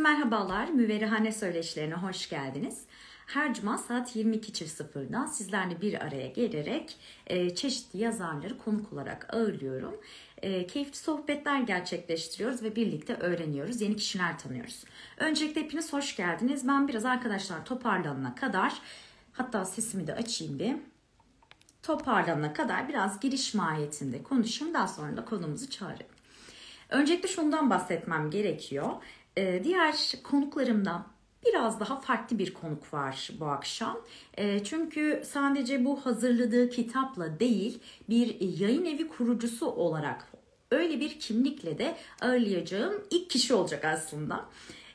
merhabalar, Müverrihane Söyleşilerine hoş geldiniz. Her cuma saat 22.00'da sizlerle bir araya gelerek çeşitli yazarları konuk olarak ağırlıyorum. Keyifli sohbetler gerçekleştiriyoruz ve birlikte öğreniyoruz, yeni kişiler tanıyoruz. Öncelikle hepiniz hoş geldiniz. Ben biraz arkadaşlar toparlanana kadar, hatta sesimi de açayım bir. Toparlanana kadar biraz giriş mahiyetinde konuşayım, daha sonra da konumuzu çağırırım. Öncelikle şundan bahsetmem gerekiyor. Diğer konuklarımdan biraz daha farklı bir konuk var bu akşam. Çünkü sadece bu hazırladığı kitapla değil, bir yayın evi kurucusu olarak öyle bir kimlikle de ağırlayacağım ilk kişi olacak aslında.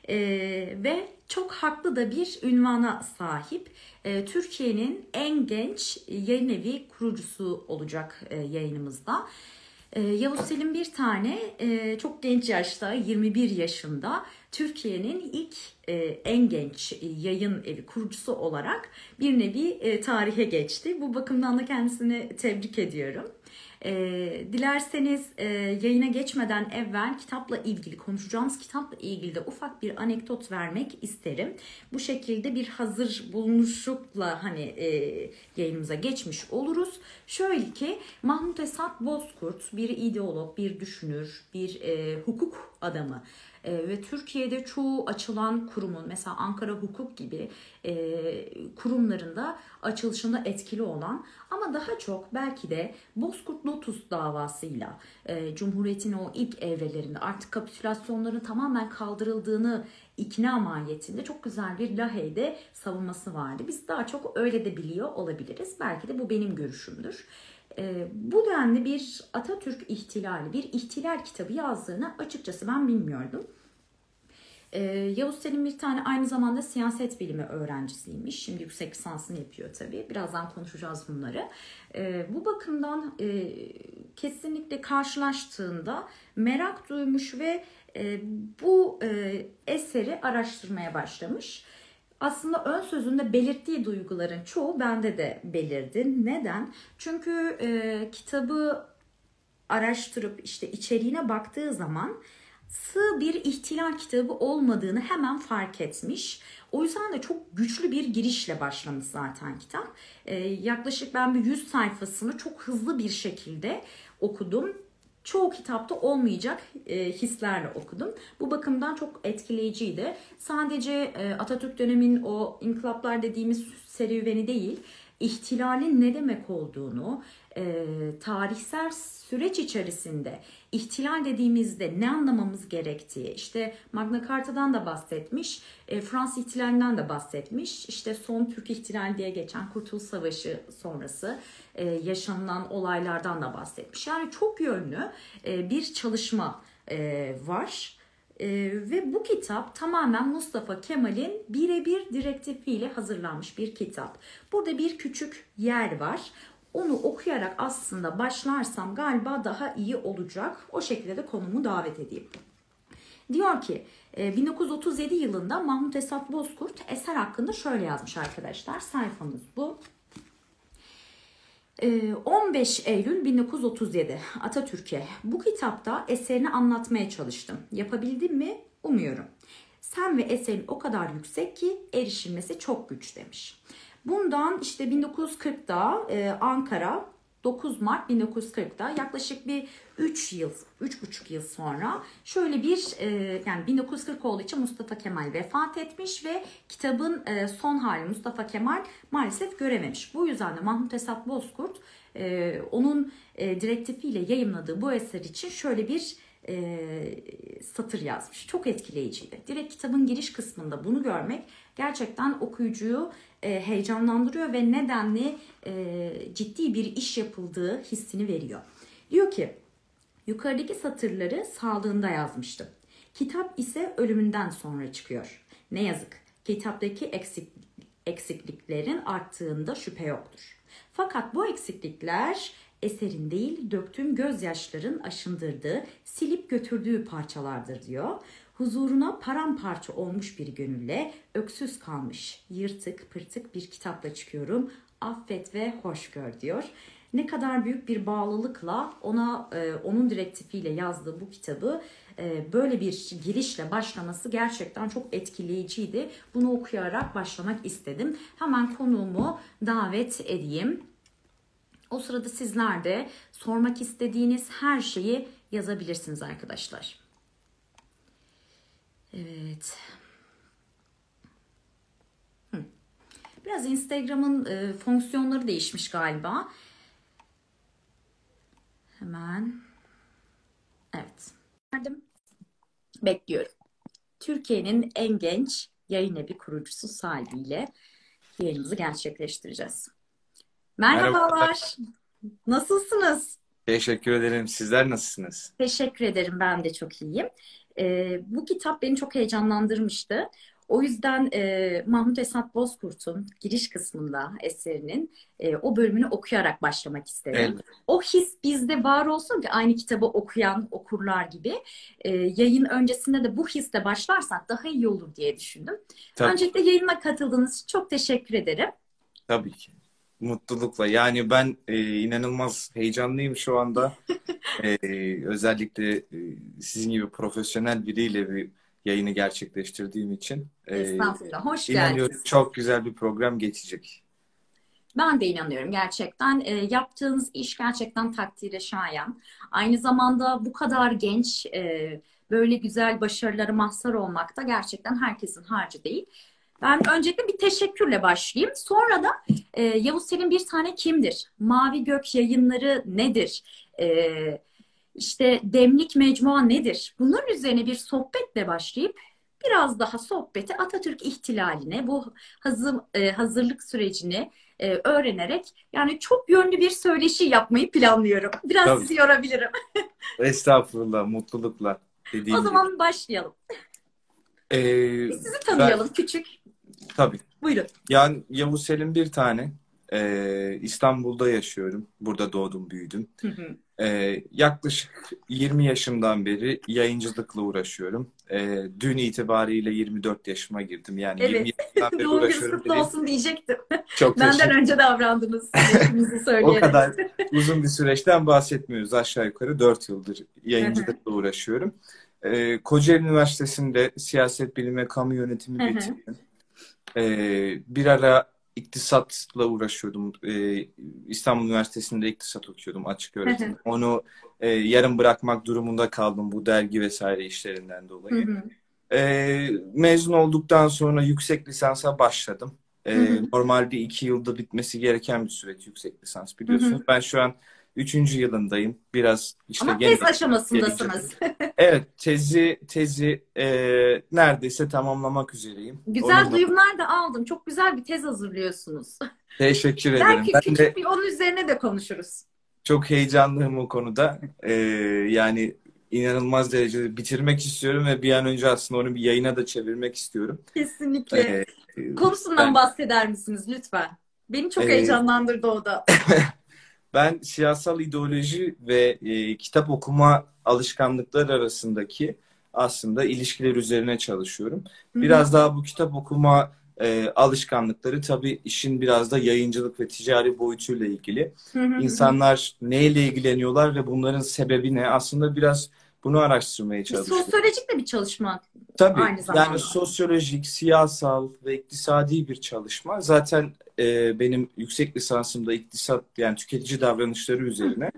Ve çok haklı da bir ünvana sahip. Türkiye'nin en genç yayın evi kurucusu olacak yayınımızda. Yavuz Selim bir tane çok genç yaşta 21 yaşında Türkiye'nin ilk en genç yayın evi kurucusu olarak bir nevi tarihe geçti. Bu bakımdan da kendisini tebrik ediyorum. Dilerseniz yayına geçmeden evvel kitapla ilgili, konuşacağımız kitapla ilgili de ufak bir anekdot vermek isterim. Bu şekilde bir hazır bulunuşlukla yayınımıza geçmiş oluruz. Şöyle ki Mahmut Esat Bozkurt bir ideolog, bir düşünür, bir hukuk adamı. Ve Türkiye'de çoğu açılan kurumun, mesela Ankara Hukuk gibi kurumlarında açılışında etkili olan ama daha çok belki de Bozkurt Lotus davasıyla Cumhuriyet'in o ilk evrelerinde artık kapitülasyonların tamamen kaldırıldığını ikna mahiyetinde çok güzel bir Lahey'de savunması vardı. Biz daha çok öyle de biliyor olabiliriz. Belki de bu benim görüşümdür. Bu denli bir Atatürk ihtilali, bir ihtilal kitabı yazdığını açıkçası ben bilmiyordum. Yavuz Selim bir tane aynı zamanda siyaset bilimi öğrencisiymiş. Şimdi yüksek lisansını yapıyor tabii. Birazdan konuşacağız bunları. Bu bakımdan kesinlikle karşılaştığında merak duymuş ve bu eseri araştırmaya başlamış. Aslında ön sözünde belirttiği duyguların çoğu bende de belirdi. Neden? Çünkü kitabı araştırıp işte içeriğine baktığı zaman sığ bir ihtilal kitabı olmadığını hemen fark etmiş. O yüzden de çok güçlü bir girişle başlamış zaten kitap. Yaklaşık ben bir 100 sayfasını çok hızlı bir şekilde okudum. Çoğu kitapta olmayacak hislerle okudum. Bu bakımdan çok etkileyiciydi. Sadece Atatürk döneminin o inkılaplar dediğimiz serüveni değil, ihtilalin ne demek olduğunu, tarihsel süreç içerisinde ihtilal dediğimizde ne anlamamız gerektiği, işte Magna Carta'dan da bahsetmiş, Fransız ihtilalinden de bahsetmiş, işte son Türk ihtilali diye geçen Kurtuluş Savaşı sonrası yaşanılan olaylardan da bahsetmiş. Yani çok yönlü bir çalışma var. Ve bu kitap tamamen Mustafa Kemal'in birebir direktifiyle hazırlanmış bir kitap. Burada bir küçük yer var. Onu okuyarak aslında başlarsam galiba daha iyi olacak. O şekilde de konumu davet edeyim. Diyor ki 1937 yılında Mahmut Esat Bozkurt eser hakkında şöyle yazmış arkadaşlar. Sayfamız bu. 15 Eylül 1937 Atatürk'e bu kitapta eserini anlatmaya çalıştım. Yapabildim mi? Umuyorum. Sen ve eserin o kadar yüksek ki erişilmesi çok güç demiş. Bundan işte 1940'da Ankara, 9 Mart 1940'da yaklaşık bir 3,5 yıl sonra şöyle bir yani 1940 olduğu için Mustafa Kemal vefat etmiş ve kitabın son hali Mustafa Kemal maalesef görememiş. Bu yüzden de Mahmut Esat Bozkurt onun direktifiyle yayımladığı bu eser için şöyle bir satır yazmış. Çok etkileyiciydi. Direkt kitabın giriş kısmında bunu görmek gerçekten okuyucuyu heyecanlandırıyor ve nedenli ciddi bir iş yapıldığı hissini veriyor. Diyor ki, yukarıdaki satırları sağlığında yazmıştım. Kitap ise ölümünden sonra çıkıyor. Ne yazık, kitaptaki eksikliklerin arttığında şüphe yoktur. Fakat bu eksiklikler eserin değil, döktüğüm gözyaşların aşındırdığı, silip götürdüğü parçalardır diyor. Huzuruna paramparça olmuş bir gönülle öksüz kalmış, yırtık pırtık bir kitapla çıkıyorum. Affet ve hoş gör diyor. ne kadar büyük bir bağlılıkla onun direktifiyle yazdığı bu kitabı böyle bir girişle başlaması gerçekten çok etkileyiciydi. Bunu okuyarak başlamak istedim. Hemen konuğumu davet edeyim. O sırada sizler de sormak istediğiniz her şeyi yazabilirsiniz arkadaşlar. Evet. Biraz Instagram'ın fonksiyonları değişmiş galiba. Hemen. Evet. Bekliyorum. Türkiye'nin en genç yayın evi kurucusu Salvi ile yayınımızı gerçekleştireceğiz. Merhaba. Merhabalar. Nasılsınız? Teşekkür ederim. Sizler nasılsınız? Teşekkür ederim. Ben de çok iyiyim. Bu kitap beni çok heyecanlandırmıştı. O yüzden Mahmut Esat Bozkurt'un giriş kısmında eserinin o bölümünü okuyarak başlamak istedim. Evet. O his bizde var olsun ki aynı kitabı okuyan okurlar gibi yayın öncesinde de bu hisle başlarsak daha iyi olur diye düşündüm. Tabii, Öncelikle yayınıma katıldığınız için çok teşekkür ederim. tabii ki. Mutlulukla. Yani ben inanılmaz heyecanlıyım şu anda. Özellikle sizin gibi profesyonel biriyle bir yayını gerçekleştirdiğim için Estağfurullah. Hoş inanıyorum geldiniz. çok güzel bir program geçecek. Ben de inanıyorum gerçekten. Yaptığınız iş gerçekten takdire şayan. Aynı zamanda bu kadar genç, böyle güzel başarılara mazhar olmak da gerçekten herkesin harcı değil. Ben öncelikle bir teşekkürle başlayayım. Sonra da Yavuz Selim Bir Tane Kimdir? Mavi Gök Yayınları nedir? İşte Demlik Mecmua nedir? Bunların üzerine bir sohbetle başlayıp biraz daha sohbeti Atatürk ihtilaline, bu hazırlık sürecini öğrenerek yani çok yönlü bir söyleşi yapmayı planlıyorum. Biraz Tabii. sizi yorabilirim. Estağfurullah, mutlulukla O dediğim gibi. zaman başlayalım. Ee, Biz sizi ben tanıyalım küçük. tabii. Buyurun. Yani Yavuz Selim Bir Tane. İstanbul'da yaşıyorum. Burada doğdum, büyüdüm. Hı hı. Yaklaşık 20 yaşımdan beri yayıncılıkla uğraşıyorum. Dün itibariyle 24 yaşıma girdim. Yani 20 Evet. yaşımdan beri Doğum gününüz uğraşıyorum kutlu dediğim olsun diyecektim. çok Benden teşekkür. önce davrandınız. Yaşınızı O söyleyerek. kadar uzun bir süreçten bahsetmiyoruz. Aşağı yukarı 4 yıldır Hı hı. yayıncılıkla uğraşıyorum. Kocaeli Üniversitesi'nde siyaset bilimi, kamu yönetimi Hı hı. bitirdim. Bir ara iktisatla uğraşıyordum. İstanbul Üniversitesi'nde iktisat okuyordum, açık Hı öğretim. hı. Onu yarım bırakmak durumunda kaldım bu dergi vesaire işlerinden Hı dolayı. hı. Mezun olduktan sonra yüksek lisansa başladım. Hı hı. Normalde 2 yılda bitmesi gereken bir süreç yüksek lisans Hı hı. biliyorsunuz. Ben şu an 3. yılındayım. Biraz işte Ama gene tez aşamasındasınız. evet, tezi neredeyse tamamlamak üzereyim. Güzel Onunla duyumlar da aldım. Çok güzel bir tez hazırlıyorsunuz. teşekkür ederim. Belki Ben küçük de bir onun üzerine de konuşuruz. çok heyecanlıyım o konuda. Yani inanılmaz derecede bitirmek istiyorum ve bir an önce aslında onu bir yayına da çevirmek istiyorum. Kesinlikle. Ee, Konusundan ben bahseder misiniz lütfen? Beni çok e, heyecanlandırdı o da. ben siyasal ideoloji ve kitap okuma alışkanlıkları arasındaki aslında ilişkiler üzerine çalışıyorum. Hı hı. Biraz daha bu kitap okuma alışkanlıkları tabii işin biraz da yayıncılık ve ticari boyutuyla ilgili. Hı hı hı. Hı. İnsanlar neyle ilgileniyorlar ve bunların sebebi ne? Aslında biraz bunu araştırmaya Bir çalışıyorum. sosyolojik de bir çalışma Tabii aynı yani zamanda. sosyolojik, siyasal ve iktisadi bir çalışma. Zaten benim yüksek lisansımda iktisat yani tüketici davranışları Hı. üzerine.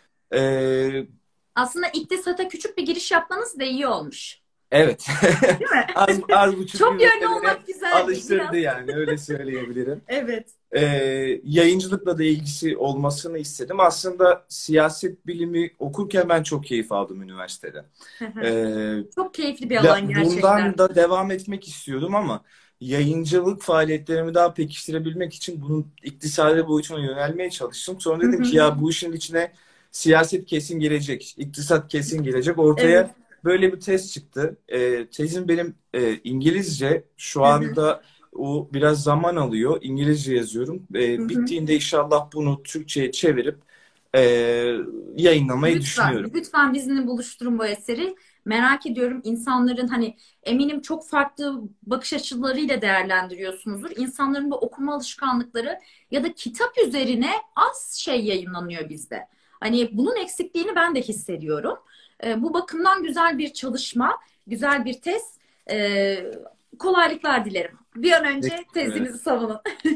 E, Aslında iktisata küçük bir giriş yapmanız da iyi olmuş. evet. Değil mi? Az buçuk bir Çok yönlü beni olmak güzeldi alıştırdı biraz. yani öyle söyleyebilirim. Evet. E, Yayıncılıkla da ilgisi olmasını istedim. Aslında siyaset bilimi okurken ben çok keyif aldım üniversitede. Hı hı. E, Çok keyifli bir alan Bundan gerçekten. da devam etmek istiyordum ama yayıncılık faaliyetlerimi daha pekiştirebilmek için bunun iktisadi boyutuna yönelmeye çalıştım. Sonra Hı dedim hı ki hı. ya bu işin içine siyaset kesin girecek, iktisat kesin girecek. Evet. Ortaya böyle bir tez çıktı. Tezim benim İngilizce. Şu Hı hı. anda o biraz zaman alıyor. İngilizce yazıyorum. Hı hı. Bittiğinde inşallah bunu Türkçe'ye çevirip e, yayınlamayı Lütfen, düşünüyorum. lütfen bizimle buluşturun bu eseri. Merak ediyorum insanların hani eminim çok farklı bakış açılarıyla değerlendiriyorsunuzdur. İnsanların bu okuma alışkanlıkları ya da kitap üzerine az şey yayınlanıyor bizde. Hani bunun eksikliğini ben de hissediyorum. Bu bakımdan güzel bir çalışma, güzel bir tez. Kolaylıklar dilerim. Bir an önce Teşekkür ederim. tezinizi savunun.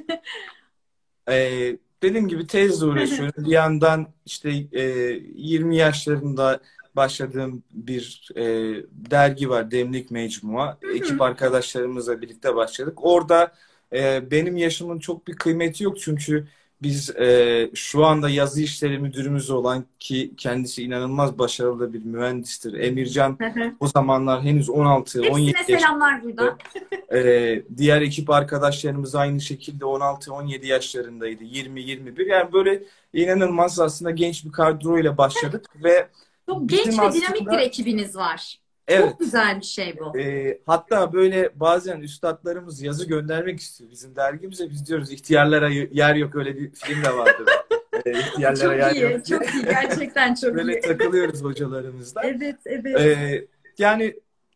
Dediğim gibi tezle uğraşıyorum. Bir yandan işte 20 yaşlarında başladığım bir dergi var, Demlik Mecmua. Ekip arkadaşlarımızla birlikte başladık. Orada benim yaşımın çok bir kıymeti yok çünkü biz şu anda yazı işleri müdürümüz olan, ki kendisi inanılmaz başarılı bir mühendistir, Emircan, o zamanlar henüz 16-17 Hepsine yaşında. selamlar buradan. Diğer ekip arkadaşlarımız aynı şekilde 16-17 yaşlarındaydı. 20-21. Yani böyle inanılmaz aslında genç bir kadroyla başladık ve Çok bizim genç ve dinamik bir aslında ekibiniz var. Çok evet, güzel bir şey bu. hatta böyle bazen üstatlarımız yazı göndermek istiyor bizim dergimize. Biz diyoruz ihtiyarlara yer yok, öyle bir film de vardı. İhtiyarlara Çok yer iyi, yok diye. çok iyi. Gerçekten çok Böyle iyi. takılıyoruz hocalarımızla. Evet, evet. Yani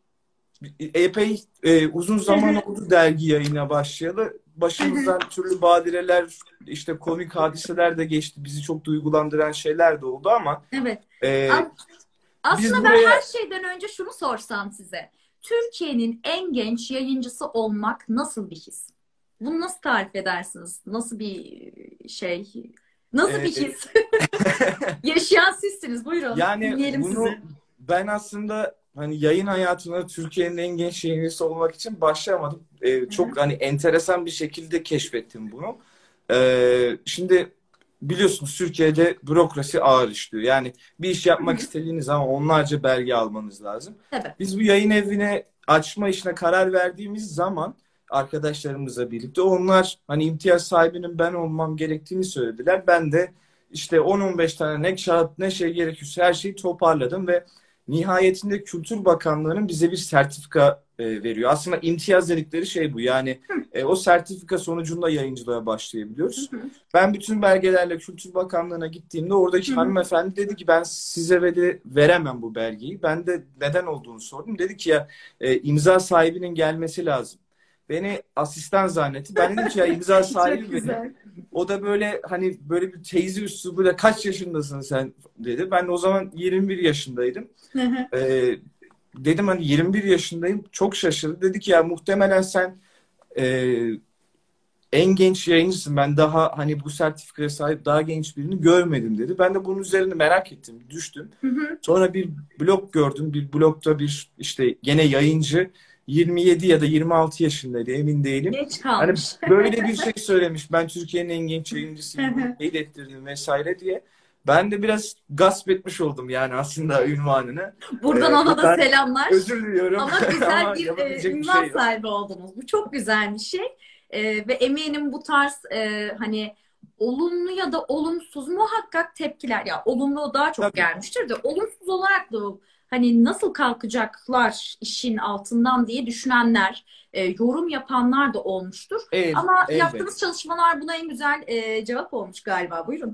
epey uzun zaman oldu dergi yayına başlayalı. Başımızdan türlü badireler, işte komik hadiseler de geçti. Bizi çok duygulandıran şeyler de oldu ama Evet. e, As- biz Aslında ben her buraya şeyden önce şunu sorsam size. Türkiye'nin en genç yayıncısı olmak nasıl bir his? Bunu nasıl tarif edersiniz? Nasıl bir şey? Nasıl bir e, his? Yaşayan sizsiniz. Buyurun, yani dinleyelim bunu sizi. ben aslında hani yayın hayatına Türkiye'nin en genç yayıncısı olmak için başlamadım. Hı hı, Çok hani enteresan bir şekilde keşfettim bunu. Şimdi biliyorsunuz Türkiye'de bürokrasi ağır işliyor. Yani bir iş hı yapmak hı. istediğiniz zaman onlarca belge almanız lazım. Tabii. Biz bu yayın evine açma işine karar verdiğimiz zaman arkadaşlarımızla birlikte onlar hani imtiyaz sahibinin ben olmam gerektiğini söylediler. Ben de işte 10-15 tane ne kağıt ne şey gerekiyorsa her şeyi toparladım ve nihayetinde Kültür Bakanlığı'nın bize bir sertifika veriyor. Aslında imtiyaz dedikleri şey bu. Yani o sertifika sonucunda yayıncılığa Hı başlayabiliyoruz. hı, Ben bütün belgelerle Kültür Bakanlığı'na gittiğimde hı oradaki hı. hanımefendi dedi ki ben size veremem bu belgeyi. Ben de neden olduğunu sordum. Dedi ki ya imza sahibinin gelmesi lazım. Beni asistan zannetti. Ben dedim ki ya imza Çok sahibi benim. güzel. O da böyle hani böyle bir teyze üslubuyla kaç yaşındasın sen dedi. Ben de o zaman 21 yaşındaydım. Hı hı. Ee, Dedim hani 21 yaşındayım. Çok şaşırdı. Dedi ki ya muhtemelen sen e, en genç yayıncısın. Ben daha hani bu sertifikaya sahip daha genç birini görmedim dedi. Ben de bunun üzerine merak ettim. Düştüm. Hı hı. Sonra bir blog gördüm. Bir blogda bir işte gene yayıncı 27 ya da 26 yaşındaydı, emin değilim. Geç Hani kalmış. böyle bir şey söylemiş. Ben Türkiye'nin en genç Hı yayıncısıyım. Bunu hı. teyit ettirdim vesaire diye. Ben de biraz gasp etmiş oldum yani aslında ünvanını. Buradan ona da Buradan selamlar. özür diliyorum Ama güzel ama bir yapabilecek bir ünvan şey yok. sahibi oldunuz. Bu çok güzel bir şey. Ve eminim bu tarz hani olumlu ya da olumsuz muhakkak tepkiler ya olumlu daha çok Tabii. gelmiştir de olumsuz olarak da hani nasıl kalkacaklar işin altından diye düşünenler, yorum yapanlar da olmuştur. Ama Elbet. yaptığınız çalışmalar buna en güzel cevap olmuş galiba. Buyurun.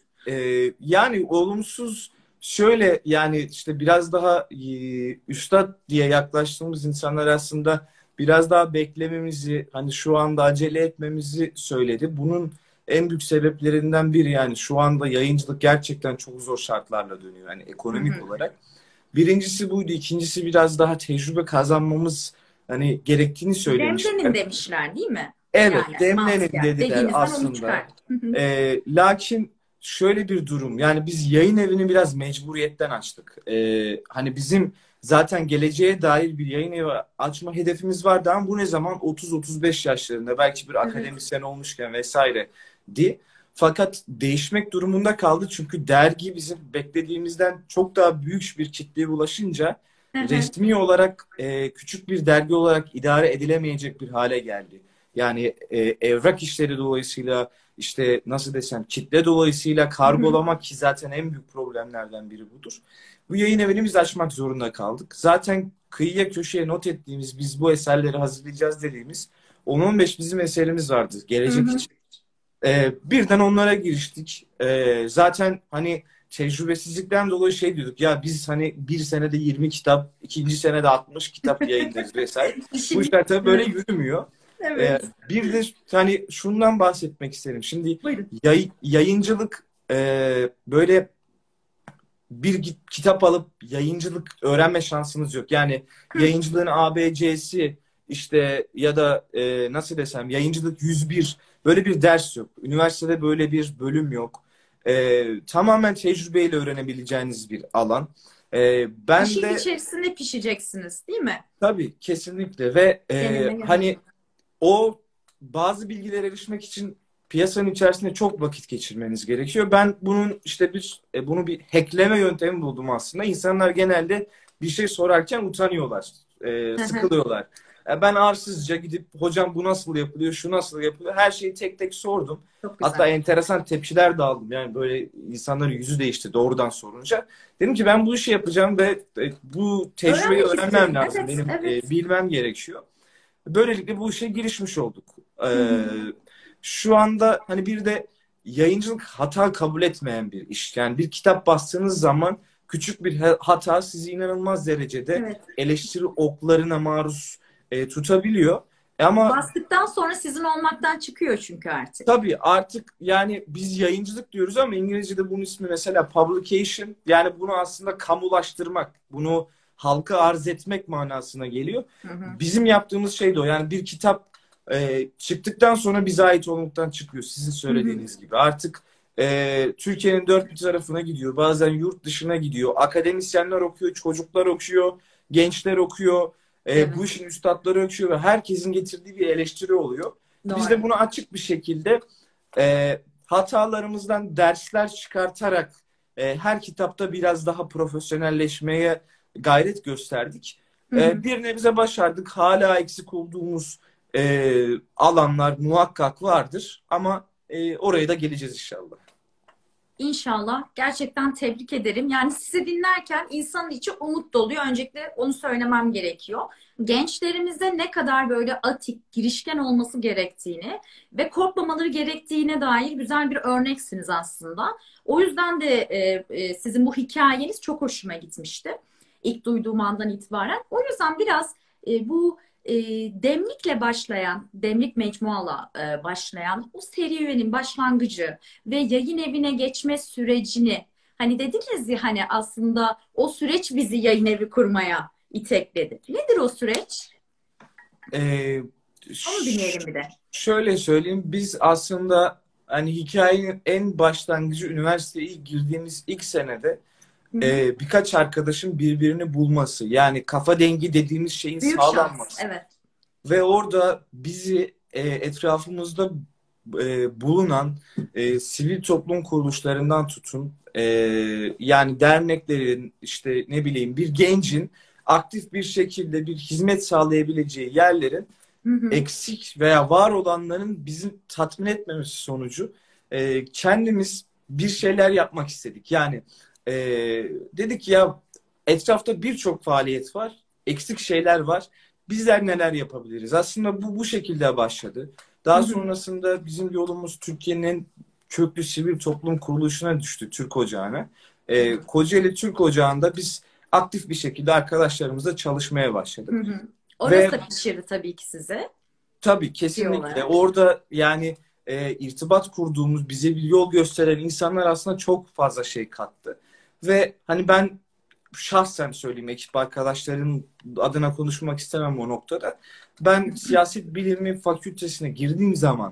Yani olumsuz şöyle, yani işte biraz daha üstad diye yaklaştığımız insanlar aslında biraz daha beklememizi, hani şu anda acele etmemizi söyledi. Bunun en büyük sebeplerinden biri, yani şu anda yayıncılık gerçekten çok zor şartlarla dönüyor yani Hı ekonomik hı. olarak. Birincisi buydu. İkincisi biraz daha tecrübe kazanmamız hani gerektiğini Demlenin söylemişler. demişler değil mi? Evet, Yani demlenin mantıken. dediler Dediğinizden onu aslında. çıkardık. Hı hı. Lakin şöyle bir durum, yani biz yayın evini biraz mecburiyetten açtık. Hani bizim zaten geleceğe dair bir yayın evi açma hedefimiz vardı ama bu ne zaman 30-35 yaşlarında belki bir Evet. akademisyen olmuşken vesaire di. Fakat değişmek durumunda kaldı çünkü dergi bizim beklediğimizden çok daha büyük bir kitleye ulaşınca Hı hı. resmi olarak küçük bir dergi olarak idare edilemeyecek bir hale geldi. Yani evrak işleri dolayısıyla, işte nasıl desem, kitle dolayısıyla Hı hı. kargolamak, ki zaten en büyük problemlerden biri budur. Bu yayın evini biz açmak zorunda kaldık. Zaten kıyıya köşeye not ettiğimiz, biz bu eserleri hazırlayacağız dediğimiz 10-15 bizim eserimiz vardı Hı gelecek hı. için. Birden onlara giriştik. Zaten hani tecrübesizlikten dolayı şey diyorduk ya, biz hani bir senede 20 kitap, ikinci senede 60 kitap yayınlarız vesaire. Bu İşin işler tabii böyle evet, yürümüyor. evet. Bir de hani şundan bahsetmek isterim. Şimdi Buyurun. yayıncılık böyle kitap alıp yayıncılık öğrenme şansınız yok. Yani Hı, yayıncılığın ABC'si işte ya da nasıl desem yayıncılık 101 böyle bir ders yok. Üniversitede böyle bir bölüm yok. Tamamen tecrübeyle öğrenebileceğiniz bir alan. Ben işin de içerisinde pişeceksiniz, değil mi? tabii kesinlikle ve Deneme yanılma. hani o bazı bilgilere erişmek için piyasanın içerisinde çok vakit geçirmeniz gerekiyor. Ben bunun işte bunu bir hackleme yöntemi buldum aslında. İnsanlar genelde bir şey sorarken utanıyorlar, Hı hı, sıkılıyorlar. Ben arsızca gidip hocam bu nasıl yapılıyor, şu nasıl yapılıyor, her şeyi tek tek sordum. çok güzel. Hatta enteresan tepkiler de aldım. Yani böyle insanların yüzü değişti doğrudan sorunca. Dedim ki ben bu işi yapacağım ve bu tecrübeyi Öğrenmek öğrenmem istiyorum. lazım. Evet, Benim evet. bilmem gerekiyor. Böylelikle bu işe girişmiş olduk. Hı hı. Şu anda hani bir de yayıncılık hata kabul etmeyen bir iş. Yani bir kitap bastığınız zaman küçük bir hata sizi inanılmaz derecede Evet. eleştiri oklarına maruz tutabiliyor. Ama Bastıktan sonra sizin olmaktan çıkıyor çünkü artık. tabii artık yani biz yayıncılık diyoruz ama İngilizce'de bunun ismi mesela publication. Yani bunu aslında kamulaştırmak, bunu halka arz etmek manasına geliyor. Hı hı. Bizim yaptığımız şey de o. Yani bir kitap çıktıktan sonra bize ait olmaktan çıkıyor. Sizin Hı hı. söylediğiniz gibi. Artık Türkiye'nin dört bir tarafına gidiyor. Bazen yurt dışına gidiyor. Akademisyenler okuyor, çocuklar okuyor, gençler okuyor. Bu Evet. işin üstadları okuyor ve herkesin getirdiği bir eleştiri oluyor. Biz de Doğru. bunu açık bir şekilde hatalarımızdan dersler çıkartarak her kitapta biraz daha profesyonelleşmeye gayret gösterdik. Hı hı. Bir nebze başardık. Hala eksik olduğumuz alanlar muhakkak vardır ama oraya da geleceğiz inşallah. İnşallah. Gerçekten tebrik ederim. Yani sizi dinlerken insanın içi umut doluyor. Öncelikle onu söylemem gerekiyor. Gençlerimize ne kadar böyle atik, girişken olması gerektiğini ve korkmamaları gerektiğine dair güzel bir örneksiniz aslında. O yüzden de sizin bu hikayeniz çok hoşuma gitmişti. İlk duyduğum andan itibaren. O yüzden biraz bu Demlik'le başlayan, Demlik Mecmua'la başlayan o serüvenin başlangıcı ve yayın evine geçme sürecini hani dediniz ya hani aslında o süreç bizi yayın evi kurmaya itekledi. Nedir o süreç? E, Onu dinleyelim bir de. Şöyle söyleyeyim, biz aslında hani hikayenin en başlangıcı üniversiteye girdiğimiz ilk senede Hı hı. birkaç arkadaşın birbirini bulması, yani kafa dengi dediğimiz şeyin Büyük şans. sağlanması Evet. ve orada bizi etrafımızda bulunan sivil toplum kuruluşlarından tutun, yani derneklerin, işte ne bileyim, bir gencin aktif bir şekilde bir hizmet sağlayabileceği yerlerin Hı hı. eksik veya var olanların bizim tatmin etmemesi sonucu kendimiz bir şeyler yapmak istedik. Yani e, dedik ya, etrafta birçok faaliyet var, eksik şeyler var. Bizler neler yapabiliriz? Aslında bu şekilde başladı. Hı Daha hı. sonrasında bizim yolumuz Türkiye'nin en köklü sivil toplum kuruluşuna düştü, Türk Ocağı'na. Kocaeli Türk Ocağı'nda biz aktif bir şekilde arkadaşlarımızla çalışmaya Hı başladık. hı. Ve Orası da pişirdi tabii ki size tabii bir kesinlikle. olarak. Orada yani irtibat kurduğumuz, bize bir yol gösteren insanlar aslında çok fazla şey kattı. Ve hani ben şahsen söyleyeyim, ekip arkadaşların adına konuşmak istemem o noktada. Ben siyaset bilimi fakültesine girdiğim zaman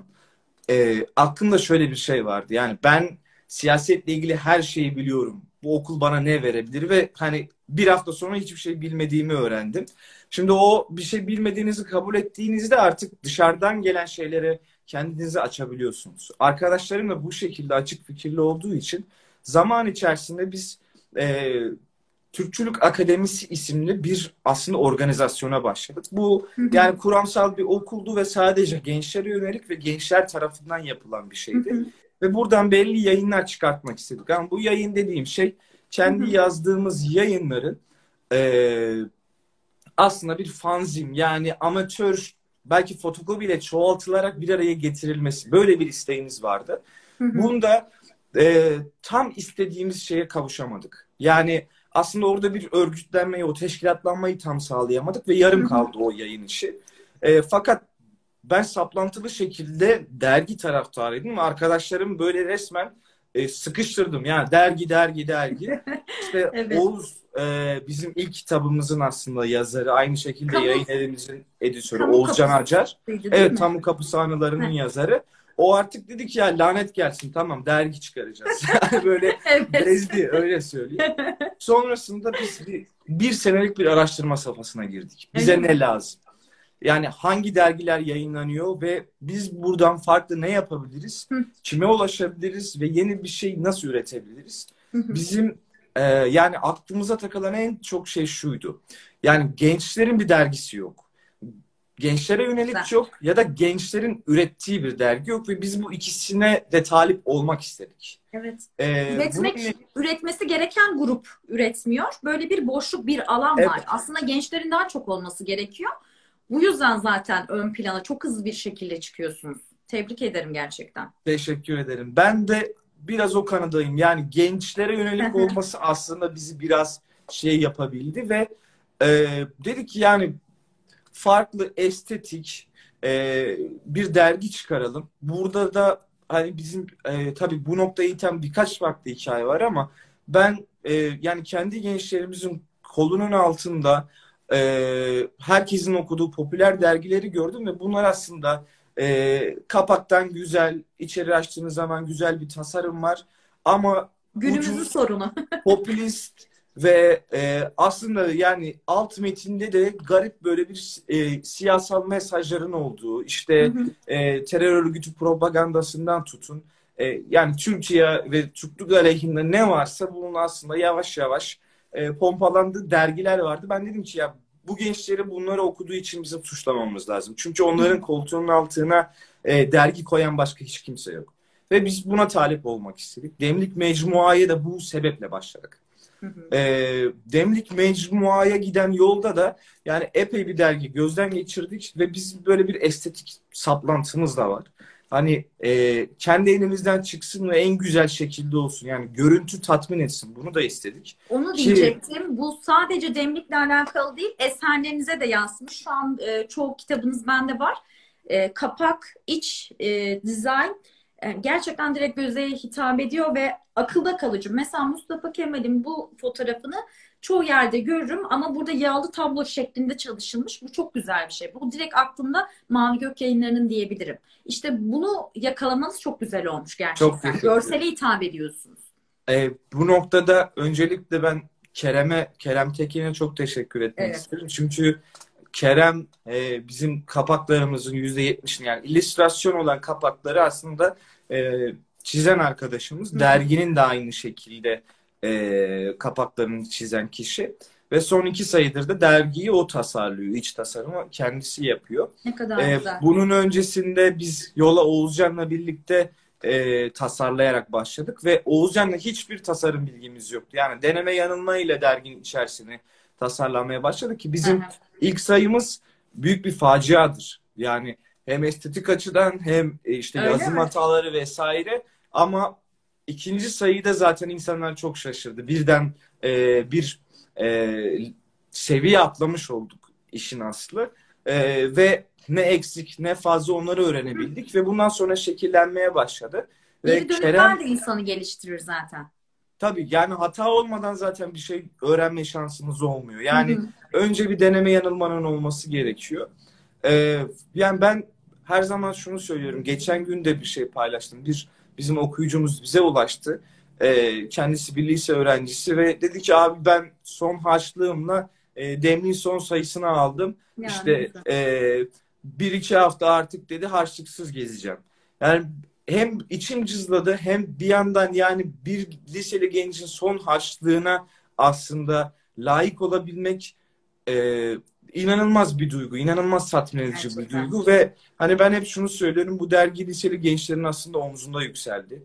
aklımda şöyle bir şey vardı. Yani ben siyasetle ilgili her şeyi biliyorum. Bu okul bana ne verebilir ve hani bir hafta sonra hiçbir şey bilmediğimi öğrendim. Şimdi o bir şey bilmediğinizi kabul ettiğinizde artık dışarıdan gelen şeylere kendinizi açabiliyorsunuz. Arkadaşlarım da bu şekilde açık fikirli olduğu için zaman içerisinde biz e, Türkçülük Akademisi isimli bir aslında organizasyona başladık. Bu Hı hı. yani kuramsal bir okuldu ve sadece gençlere yönelik ve gençler tarafından yapılan bir Hı şeydi. hı. Ve buradan belli yayınlar çıkartmak istedik. Ama bu yayın dediğim şey Hı kendi hı. yazdığımız yayınların aslında bir fanzin, yani amatör belki fotokopiyle çoğaltılarak bir araya getirilmesi. Böyle bir isteğimiz vardı. Hı hı. Bunda tam istediğimiz şeye kavuşamadık. Yani aslında orada bir örgütlenmeyi, o teşkilatlanmayı tam sağlayamadık ve Hı yarım hı. kaldı o yayın işi. Fakat ben saplantılı şekilde dergi taraftarıydım ve arkadaşlarım böyle resmen sıkıştırdım. Yani dergi, dergi, dergi. İşte Evet. Oğuz bizim ilk kitabımızın aslında yazarı. Aynı şekilde Kamu yayın evimizin editörü kamu Oğuzcan Acar. kapısıydı değil Evet, mi? Tamu Kapısı anılarının Heh. yazarı. O artık dedi ki ya lanet gelsin, tamam dergi çıkaracağız. Yani böyle Evet. bezdi, öyle söyleyeyim. Sonrasında biz bir senelik bir araştırma safhasına girdik. Öyle Bize mi? ne lazım? Yani hangi dergiler yayınlanıyor ve biz buradan farklı ne yapabiliriz? Hı Kime ulaşabiliriz ve yeni bir şey nasıl üretebiliriz? hı. Hı. Bizim yani aklımıza takılan en çok şey şuydu. Yani gençlerin bir dergisi yok. Gençlere yönelik Güzel. yok ya da gençlerin ürettiği bir dergi yok ve biz bu ikisine de talip olmak istedik. Evet. Bunun Üretmesi gereken grup üretmiyor. Böyle bir boşluk, bir alan var. evet, Aslında gençlerin daha çok olması gerekiyor. Bu yüzden zaten ön plana çok hızlı bir şekilde çıkıyorsunuz. Tebrik ederim gerçekten. teşekkür ederim. Ben de biraz o kanadayım. Yani gençlere yönelik olması aslında bizi biraz şey yapabildi ve e, dedik ki yani farklı estetik bir dergi çıkaralım. Burada da hani bizim tabii bu noktaya iten birkaç farklı hikaye var ama ben yani kendi gençlerimizin kolunun altında herkesin okuduğu popüler dergileri gördüm ve bunlar aslında kapaktan güzel, içeri açtığınız zaman güzel bir tasarım var ama Günümüzün ucuz, sorunu. popülist ve aslında yani alt metinde de garip böyle bir siyasal mesajların olduğu, Hı işte hı. terör örgütü propagandasından tutun, yani Türkiye ve Türklük aleyhinde ne varsa bunun aslında yavaş yavaş pompalandığı dergiler vardı. Ben dedim ki ya bu gençleri bunları okuduğu için bizim suçlamamız lazım. Çünkü Hı hı. onların koltuğunun altına dergi koyan başka hiç kimse yok. Ve biz buna talip olmak istedik. Demlik Mecmua'ya da bu sebeple başladık. Hı hı. Demlik Mecmua'ya giden yolda da yani epey bir dergi gözden geçirdik ve biz böyle bir estetik saplantımız da var. Hani kendi elimizden çıksın ve en güzel şekilde olsun. Yani görüntü tatmin etsin. Bunu da istedik. Onu Ki diyecektim. Bu sadece demlikle alakalı değil, eserlerinize de yansımış. Şu an çoğu kitabınız bende var. Kapak, iç dizayn gerçekten direkt göze hitap ediyor ve akılda kalıcı. Mesela Mustafa Kemal'in bu fotoğrafını çoğu yerde görürüm ama burada yağlı tablo şeklinde çalışılmış. Bu çok güzel bir şey. Bu direkt aklımda Mavi Gök Yayınları'nın diyebilirim. İşte bunu yakalamanız çok güzel olmuş çok gerçekten. teşekkür ederim. Görsele hitap ediyorsunuz. Bu noktada öncelikle ben Kerem Tekin'e çok teşekkür etmek Evet. isterim. Çünkü Kerem bizim kapaklarımızın %70'ini yani illüstrasyon olan kapakları aslında çizen arkadaşımız. Hı hı. Derginin de aynı şekilde kapaklarını çizen kişi. Ve son 2 sayıdır da dergiyi o tasarlıyor. İç tasarımı kendisi yapıyor. Ne kadar güzel. Bunun öncesinde biz yola Oğuzcan'la birlikte tasarlayarak başladık ve Oğuzcan'la hiçbir tasarım bilgimiz yoktu. Yani deneme yanılma ile derginin içerisini tasarlamaya başladık ki Hı bizim hı. ilk sayımız büyük bir faciadır. Yani hem estetik açıdan hem işte Öyle yazım mi? hataları vesaire ama ikinci sayıda zaten insanlar çok şaşırdı. Birden bir seviye atlamış olduk işin aslı. Ve ne eksik ne fazla onları öğrenebildik ve bundan sonra şekillenmeye başladı. Ve Geri dönükler Kerem de insanı geliştirir zaten. tabii yani hata olmadan zaten bir şey öğrenme şansımız olmuyor. Hı Yani hı. önce bir deneme yanılmanın olması gerekiyor. Ee, yani ben her zaman şunu söylüyorum. Geçen gün de bir şey paylaştım. Bizim okuyucumuz bize ulaştı. Kendisi bir lise öğrencisi ve dedi ki abi ben son harçlığımla Demli'nin son sayısını aldım. Ya ne İşte güzel. 1-2 hafta artık dedi harçlıksız gezeceğim. Yani hem içim cızladı hem bir yandan yani bir liseli gencin son harçlığına aslında layık olabilmek e, inanılmaz bir duygu, inanılmaz tatmin edici bir Gerçekten. duygu ve hani ben hep şunu söylüyorum bu dergi liseli gençlerin aslında omzunda yükseldi.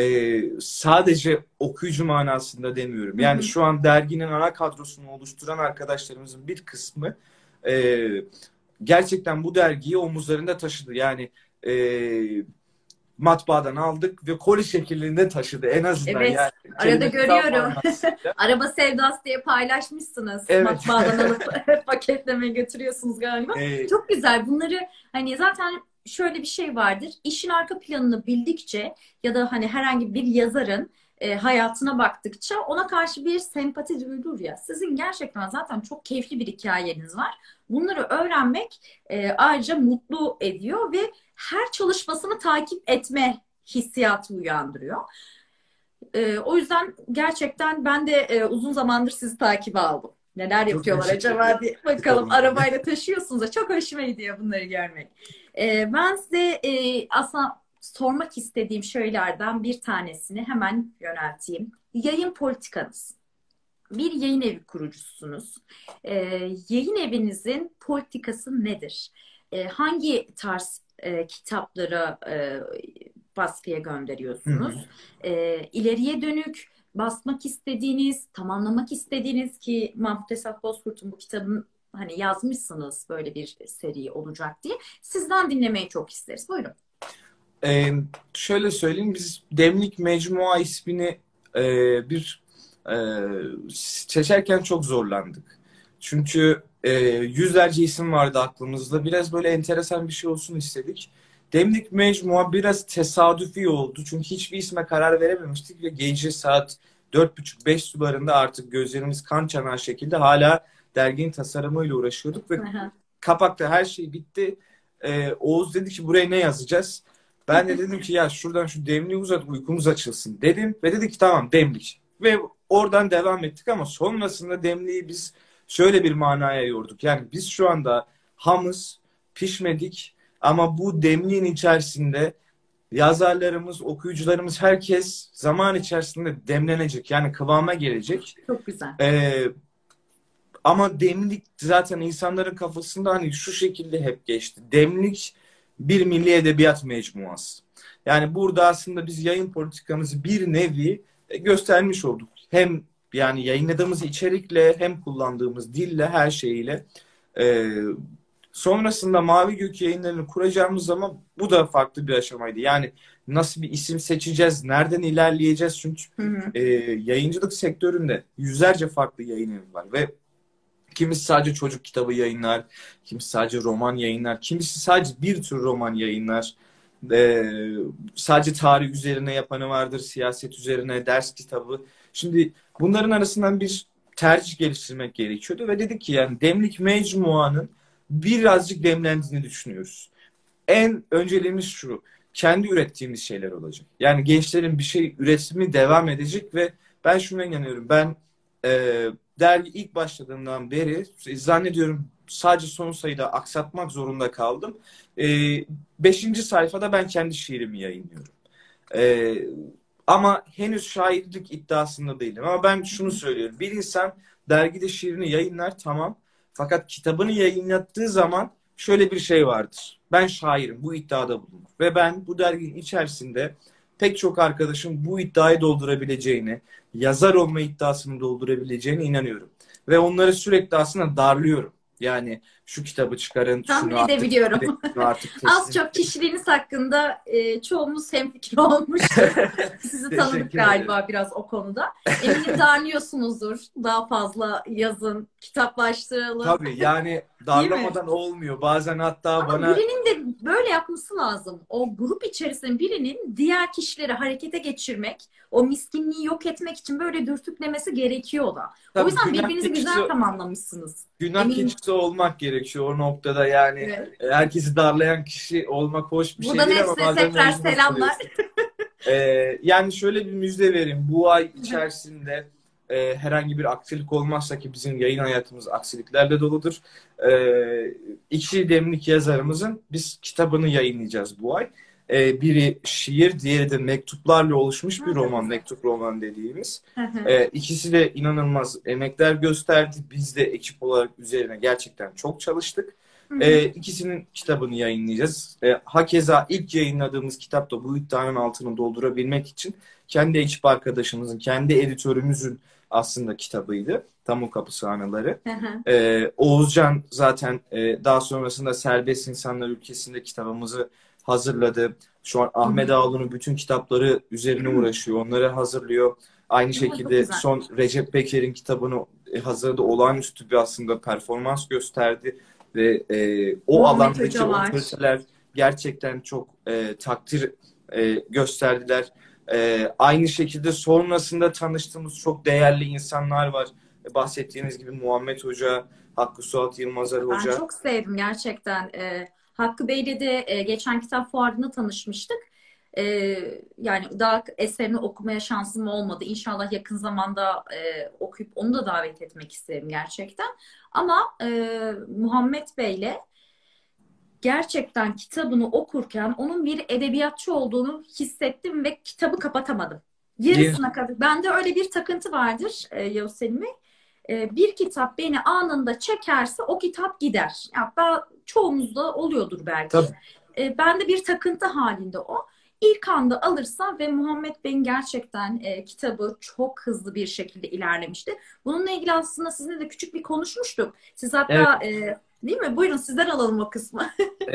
Sadece okuyucu manasında demiyorum. Hı Yani hı. şu an derginin ana kadrosunu oluşturan arkadaşlarımızın bir kısmı e, gerçekten bu dergiyi omuzlarında taşıdı. Yani matbaadan aldık ve koli şeklinde taşıdı en azından, Evet, yani arada kelime tam görüyorum. manasıyla. Araba sevdası diye paylaşmışsınız. Evet. Matbaadan alıp paketleme götürüyorsunuz galiba. E, Çok güzel. Bunları hani zaten şöyle bir şey vardır. İşin arka planını bildikçe ya da hani herhangi bir yazarın hayatına baktıkça ona karşı bir sempati duyulur ya. Sizin gerçekten zaten çok keyifli bir hikayeniz var. Bunları öğrenmek ayrıca mutlu ediyor ve her çalışmasını takip etme hissiyatı uyandırıyor. O yüzden gerçekten ben de uzun zamandır sizi takibe aldım. Neler Çok yapıyorlar teşekkür acaba ederim diye bakalım. kitabınız için. Arabayla taşıyorsunuz da çok hoşuma gidiyor bunları görmek. Ben size aslında sormak istediğim şeylerden bir tanesini hemen yönelteyim. Yayın politikanız. Bir yayın evi kurucusunuz. Yayın evinizin politikası nedir? Hangi tarz kitapları baskıya Hı hı. gönderiyorsunuz? İleriye dönük basmak istediğiniz, tamamlamak istediğiniz ki Mahmut Esat Bozkurt'un bu kitabını hani yazmışsınız böyle bir seri olacak diye. Sizden dinlemeyi çok isteriz. Buyurun. Ee, Şöyle söyleyeyim, biz Demlik Mecmua ismini bir e, seçerken çok zorlandık. Çünkü yüzlerce isim vardı aklımızda. Biraz böyle enteresan bir şey olsun istedik. Demlik Mecmua biraz tesadüfi oldu. Çünkü hiçbir isme karar verememiştik ve gece saat 4.30-5 sularında artık gözlerimiz kan çanağı şekilde hala derginin tasarımıyla uğraşıyorduk ve Aha. kapakta her şey bitti. Oğuz dedi ki buraya ne yazacağız? Ben de dedim ki ya şuradan şu demliği uzat, uykumuz açılsın dedim. Ve dedi ki tamam, demlik. Ve oradan devam ettik ama sonrasında demliği biz şöyle bir manaya yorduk. Yani biz şu anda hamız, pişmedik ama bu demliğin içerisinde yazarlarımız, okuyucularımız, herkes zaman içerisinde demlenecek. Yani kıvama gelecek. Çok güzel. Ee, Ama demlik zaten insanların kafasında hani şu şekilde hep geçti. Demlik bir milli edebiyat mecmuası. Yani burada aslında biz yayın politikamızı bir nevi göstermiş olduk. Hem yani yayınladığımız içerikle hem kullandığımız dille, her şeyiyle. Ee, Sonrasında Mavi Gök yayınlarını kuracağımız zaman bu da farklı bir aşamaydı. Yani nasıl bir isim seçeceğiz, nereden ilerleyeceğiz? Çünkü Hı hı. yayıncılık sektöründe yüzlerce farklı yayın evi var ve kimisi sadece çocuk kitabı yayınlar, kimisi sadece roman yayınlar, kimisi sadece bir tür roman yayınlar. Ee, Sadece tarih üzerine yapanı vardır, siyaset üzerine, ders kitabı. Şimdi bunların arasından bir tercih geliştirmek gerekiyordu ve dedik ki yani Demlik Mecmua'nın birazcık demlendiğini düşünüyoruz. En önceliğimiz şu: kendi ürettiğimiz şeyler olacak. Yani gençlerin bir şey üretimi devam edecek ve ben şuna inanıyorum. Ben dergi ilk başladığından beri zannediyorum sadece son sayıda aksatmak zorunda kaldım. E, 5. sayfada ben kendi şiirimi yayınlıyorum. E, Ama henüz şairlik iddiasında değilim. Ama ben şunu söylüyorum. Bir insan dergide şiirini yayınlar, tamam. Fakat kitabını yayınlattığı zaman şöyle bir şey vardır: ben şairim, bu iddiada bulunur. Ve ben bu derginin içerisinde pek çok arkadaşım bu iddiayı doldurabileceğini, yazar olma iddiasını doldurabileceğine inanıyorum. Ve onları sürekli aslında darlıyorum. Yani şu kitabı çıkarın, Tahmin şunu artık edebiliyorum. şunu artık Az teslim çok kişiliğiniz hakkında çoğumuz hemfikir olmuştur. Sizi tanıdık Teşekkür ederim. galiba biraz o konuda. Eminim darlıyorsunuzdur. Daha fazla yazın, kitaplaştıralım. Tabii yani Değil mi? darlamadan olmuyor. Bazen hatta Ama bana birinin de böyle yapması lazım. O grup içerisinde birinin diğer kişileri harekete geçirmek, o miskinliği yok etmek için böyle dürtüklemesi gerekiyor da. O tabii yüzden birbirinizi güzel tamamlamışsınız. günah Eminim. keçisi olmak gerekiyor o noktada yani. Evet. Herkesi darlayan kişi olmak hoş bir şey Buradan değil ama hepsine bazen tekrar mecbur selamlar. kalıyorsun. Yani şöyle bir müjde vereyim. Bu ay içerisinde herhangi bir aksilik olmazsa, ki bizim yayın hayatımız aksiliklerle doludur. İki demlik yazarımızın biz kitabını yayınlayacağız bu ay. Biri şiir, diğeri de mektuplarla oluşmuş bir Ha, çok roman, güzel. mektup roman dediğimiz. Hı hı. İkisi de inanılmaz emekler gösterdi. Biz de ekip olarak üzerine gerçekten çok çalıştık. Hı hı. İkisinin kitabını yayınlayacağız. Hakeza ilk yayınladığımız kitap da bu iddianın altını doldurabilmek için kendi ekip arkadaşımızın, kendi editörümüzün aslında kitabıydı. Tamu Kapısı Anıları. Hı hı. Oğuzcan zaten daha sonrasında Serbest İnsanlar Ülkesi'nde kitabımızı hazırladı. Şu an Hı Ahmet hı. Ağaoğlu'nun bütün kitapları üzerine uğraşıyor. Onları hazırlıyor. Aynı Aa, çok şekilde güzel. son Recep Peker'in kitabını hazırladı. Olağanüstü bir aslında performans gösterdi. Ve o Muhammed alandaki Hoca var. otoriteler gerçekten çok takdir gösterdiler. Aynı şekilde sonrasında tanıştığımız çok değerli insanlar var. Bahsettiğiniz gibi Muhammed Hoca, Hakkı Suat Yılmazer Ben Hoca. çok sevdim gerçekten. Hakkı Bey'le de geçen kitap fuarında tanışmıştık. Yani daha eserini okumaya şansım olmadı. İnşallah yakın zamanda okuyup onu da davet etmek isterim gerçekten. Ama Muhammed Bey'le gerçekten kitabını okurken onun bir edebiyatçı olduğunu hissettim ve kitabı kapatamadım. Değil. Yarısına kadar. Bende öyle bir takıntı vardır Yavuz Selim Bey. Bir kitap beni anında çekerse o kitap gider. Ya ben, çoğumuzda oluyordur belki. Tabii. Bende bir takıntı halinde o. İlk anda alırsa ve Muhammed Bey'in gerçekten kitabı çok hızlı bir şekilde ilerlemişti. Bununla ilgili aslında sizinle de küçük bir konuşmuştuk. Siz Evet. hatta değil mi? Buyurun sizden alalım o kısmı.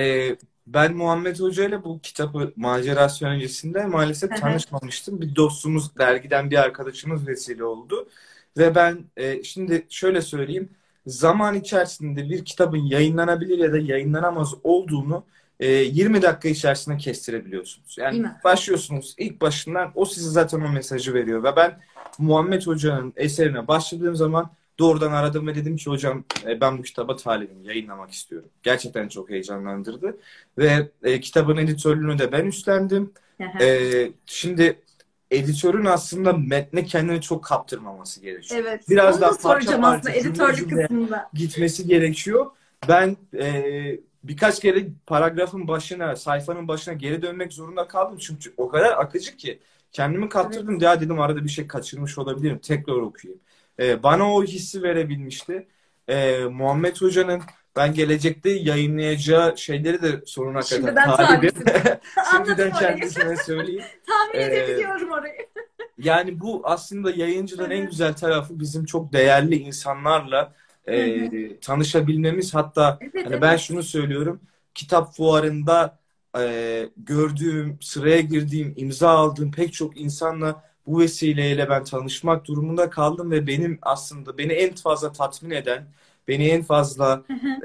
Ben Muhammed Hoca ile bu kitabı macerası öncesinde maalesef tanışmamıştım. Bir dostumuz, dergiden bir arkadaşımız vesile oldu. Ve ben şimdi şöyle söyleyeyim. Zaman içerisinde bir kitabın yayınlanabilir ya da yayınlanamaz olduğunu 20 dakika içerisinde kestirebiliyorsunuz. Değil Yani mi? başlıyorsunuz ilk başından o size zaten o mesajı veriyor. Ve ben Muhammed Hoca'nın eserine başladığım zaman doğrudan aradım ve dedim ki hocam ben bu kitaba talibim, yayınlamak istiyorum. Gerçekten çok heyecanlandırdı. Ve kitabın editörlüğünü de ben üstlendim. Şimdi editörün aslında metne kendini çok kaptırmaması gerekiyor. Evet. Biraz Onu da daha parça soracağım aslında parça, cümle editörlük cümle kısmında. gitmesi gerekiyor. Ben birkaç kere paragrafın başına, sayfanın başına geri dönmek zorunda kaldım. Çünkü o kadar akıcı ki kendimi Evet. kaptırdım. Ya dedim arada bir şey kaçırmış olabilirim. Tekrar okuyayım. Bana o hissi verebilmişti. Muhammed Hoca'nın ben gelecekte yayınlayacağı şeyleri de sonuna kadar Şimdiden talibim. talipsiniz. Anladım Şimdiden orayı. kendisine söyleyeyim. Tahmin Ee, edebiliyorum orayı. Yani bu aslında yayıncılığın en Evet. güzel tarafı bizim çok değerli insanlarla Hı hı. tanışabilmemiz. Hatta Evet, hani ben evet. şunu söylüyorum. Kitap fuarında gördüğüm, sıraya girdiğim, imza aldığım pek çok insanla bu vesileyle ben tanışmak durumunda kaldım ve benim aslında beni en fazla tatmin eden, beni en fazla Hı hı.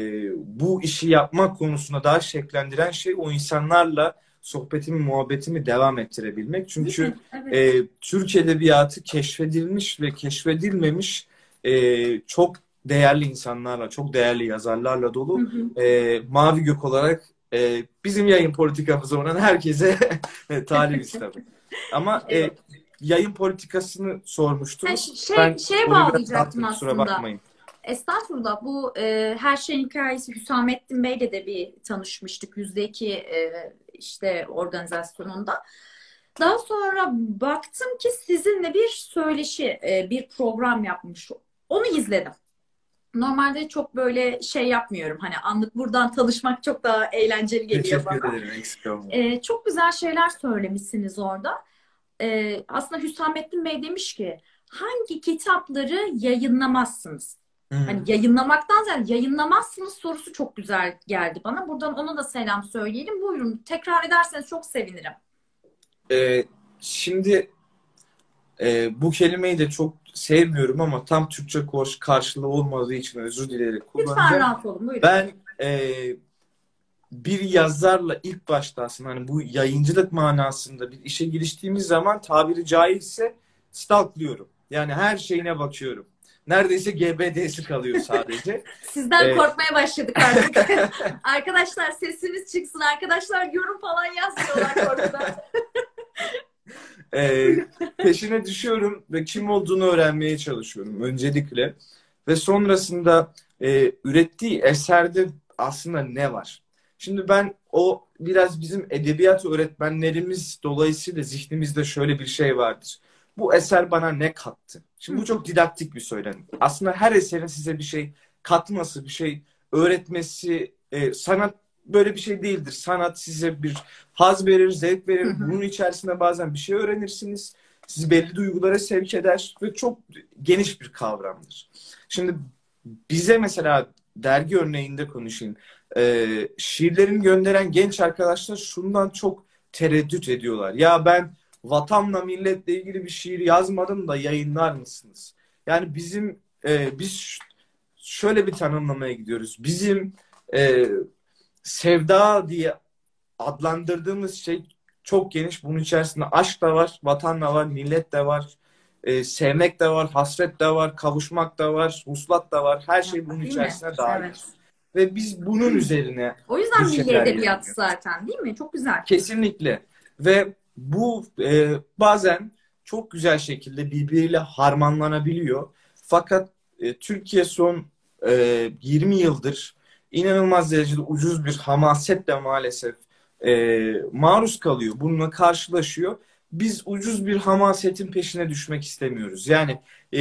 bu işi yapmak konusunda daha şevklendiren şey o insanlarla sohbetimi, muhabbetimi devam ettirebilmek. Değil Çünkü mi? Evet. Türk edebiyatı keşfedilmiş ve keşfedilmemiş çok değerli insanlarla, çok değerli yazarlarla Hı dolu. hı. Mavi Gök olarak bizim yayın politikamıza olan herkese talibiz tabii. Ama Evet. yayın politikasını Ha, sormuştunuz. şey, Ben şeye orayı biraz bağlayacaktım dağıttım, kusura aslında. bakmayın. Estağfurullah. Bu Her Şeyin Hikayesi Hüsamettin Bey'le de bir tanışmıştık. %2 işte organizasyonunda. Daha sonra baktım ki sizinle bir söyleşi, bir program yapmış. Onu izledim. Normalde çok böyle şey yapmıyorum. Hani anlık buradan tanışmak çok daha eğlenceli geliyor Teşekkür bana. ederim. Eksik olmayın. Çok güzel şeyler söylemişsiniz orada. Aslında Hüsamettin Bey demiş ki hangi kitapları yayınlamazsınız? Hani Hı. yayınlamaktan ziyade yayınlamazsınız sorusu çok güzel geldi bana. Buradan ona da selam söyleyelim. Buyurun tekrar ederseniz çok sevinirim. Şimdi bu kelimeyi de çok sevmiyorum ama tam Türkçe karşılığı olmadığı için özür dileyerek Lütfen kullanacağım. rahat olun. Buyurun. Ben bir yazarla ilk başta aslında hani bu yayıncılık manasında bir işe giriştiğimiz zaman tabiri caizse stalklıyorum. Yani her şeyine bakıyorum. Neredeyse GBD'si kalıyor sadece. Sizden E, korkmaya başladık artık. Arkadaşlar sesiniz çıksın. Arkadaşlar yorum falan yazmıyorlar korkudan. e, Peşine düşüyorum ve kim olduğunu öğrenmeye çalışıyorum öncelikle. Ve sonrasında ürettiği eserde aslında ne var? Şimdi ben o biraz bizim edebiyat öğretmenlerimiz dolayısıyla zihnimizde şöyle bir şey vardır. Bu eser bana ne kattı? Şimdi bu çok didaktik bir söylem. Aslında her eserin size bir şey katması, bir şey öğretmesi, sanat böyle bir şey değildir. Sanat size bir haz verir, zevk verir. Bunun içerisinde bazen bir şey öğrenirsiniz. sizi belli duygulara sevk eder ve çok geniş bir kavramdır. Şimdi bize mesela dergi örneğinde konuşayım. Şiirlerini gönderen genç arkadaşlar şundan çok tereddüt ediyorlar. Ya ben vatanla milletle ilgili bir şiir yazmadım da yayınlar mısınız? Yani biz şöyle bir tanımlamaya gidiyoruz. Bizim e, sevda diye adlandırdığımız şey çok geniş. Bunun içerisinde aşk da var, vatan da var, millet de var, sevmek de var, hasret de var, kavuşmak da var, vuslat da var. Her şey bunun Değil mi? içerisine dahil. Evet. Ve biz bunun üzerine O yüzden bir milli şeyler edebiyat yazıyoruz. zaten, değil mi? Çok güzel. Kesinlikle. Ve bu bazen çok güzel şekilde birbiriyle harmanlanabiliyor. Fakat Türkiye son 20 yıldır inanılmaz derecede ucuz bir hamasetle maalesef maruz kalıyor. Bununla karşılaşıyor. Biz ucuz bir hamasetin peşine düşmek istemiyoruz. Yani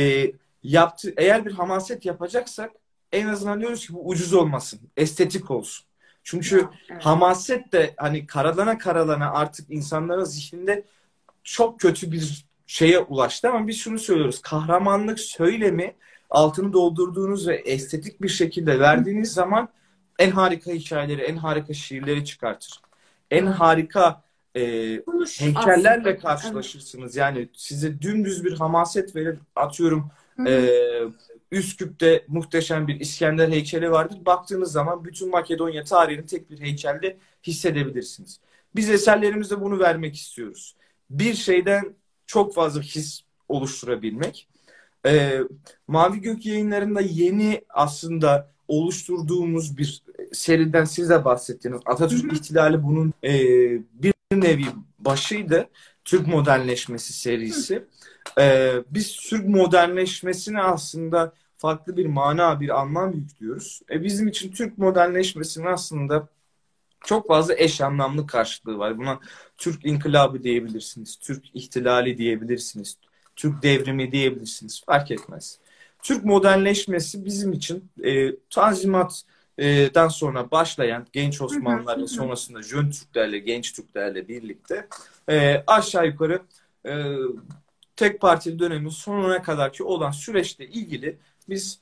eğer bir hamaset yapacaksak en azından diyoruz ki bu ucuz olmasın, estetik olsun. Çünkü Evet. hamaset de hani karalana karalana artık insanların zihninde çok kötü bir şeye ulaştı ama biz şunu söylüyoruz. Kahramanlık söylemi altını doldurduğunuz ve estetik bir şekilde verdiğiniz zaman en harika hikayeleri, en harika şiirleri çıkartır. En Evet. harika Buluş heykellerle aslında. Evet. karşılaşırsınız. Yani size dümdüz bir hamaset verir. Atıyorum Hı hı. e, Üsküp'te muhteşem bir İskender heykeli vardır. Baktığınız zaman bütün Makedonya tarihini tek bir heykelde hissedebilirsiniz. Biz eserlerimizde bunu vermek istiyoruz. Bir şeyden çok fazla his oluşturabilmek. Ee, Mavi Gök Yayınları'nda yeni aslında oluşturduğumuz bir seriden size bahsettiğiniz Hı Atatürk hı. İhtilali bunun bir nevi başıydı. Türk Modernleşmesi serisi. Biz Türk modernleşmesine aslında farklı bir mana, bir anlam yüklüyoruz. Bizim için Türk modernleşmesinin aslında çok fazla eş anlamlı karşılığı var. Buna Türk İnkılabı diyebilirsiniz, Türk İhtilali diyebilirsiniz, Türk Devrimi diyebilirsiniz. Fark etmez. Türk modernleşmesi bizim için Tanzimat'tan sonra başlayan genç Hı hı. Osmanlılar Hı ve hı. sonrasında Jön Türklerle, genç Türklerle birlikte aşağı yukarı e, tek partili dönemin sonuna kadarki olan süreçle ilgili biz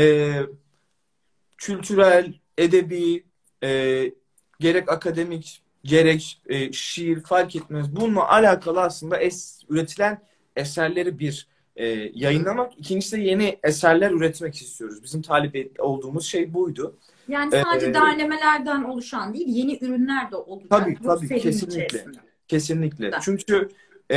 kültürel, edebi, e, gerek akademik, gerek şiir fark etmez. Bununla alakalı aslında üretilen eserleri yayınlamak. İkincisi de yeni eserler üretmek istiyoruz. Bizim olduğumuz şey buydu. Yani E, sadece derlemelerden oluşan değil, yeni ürünler de olacak tabii bu tabii serinin kesinlikle. içerisinde. Kesinlikle. Da. Çünkü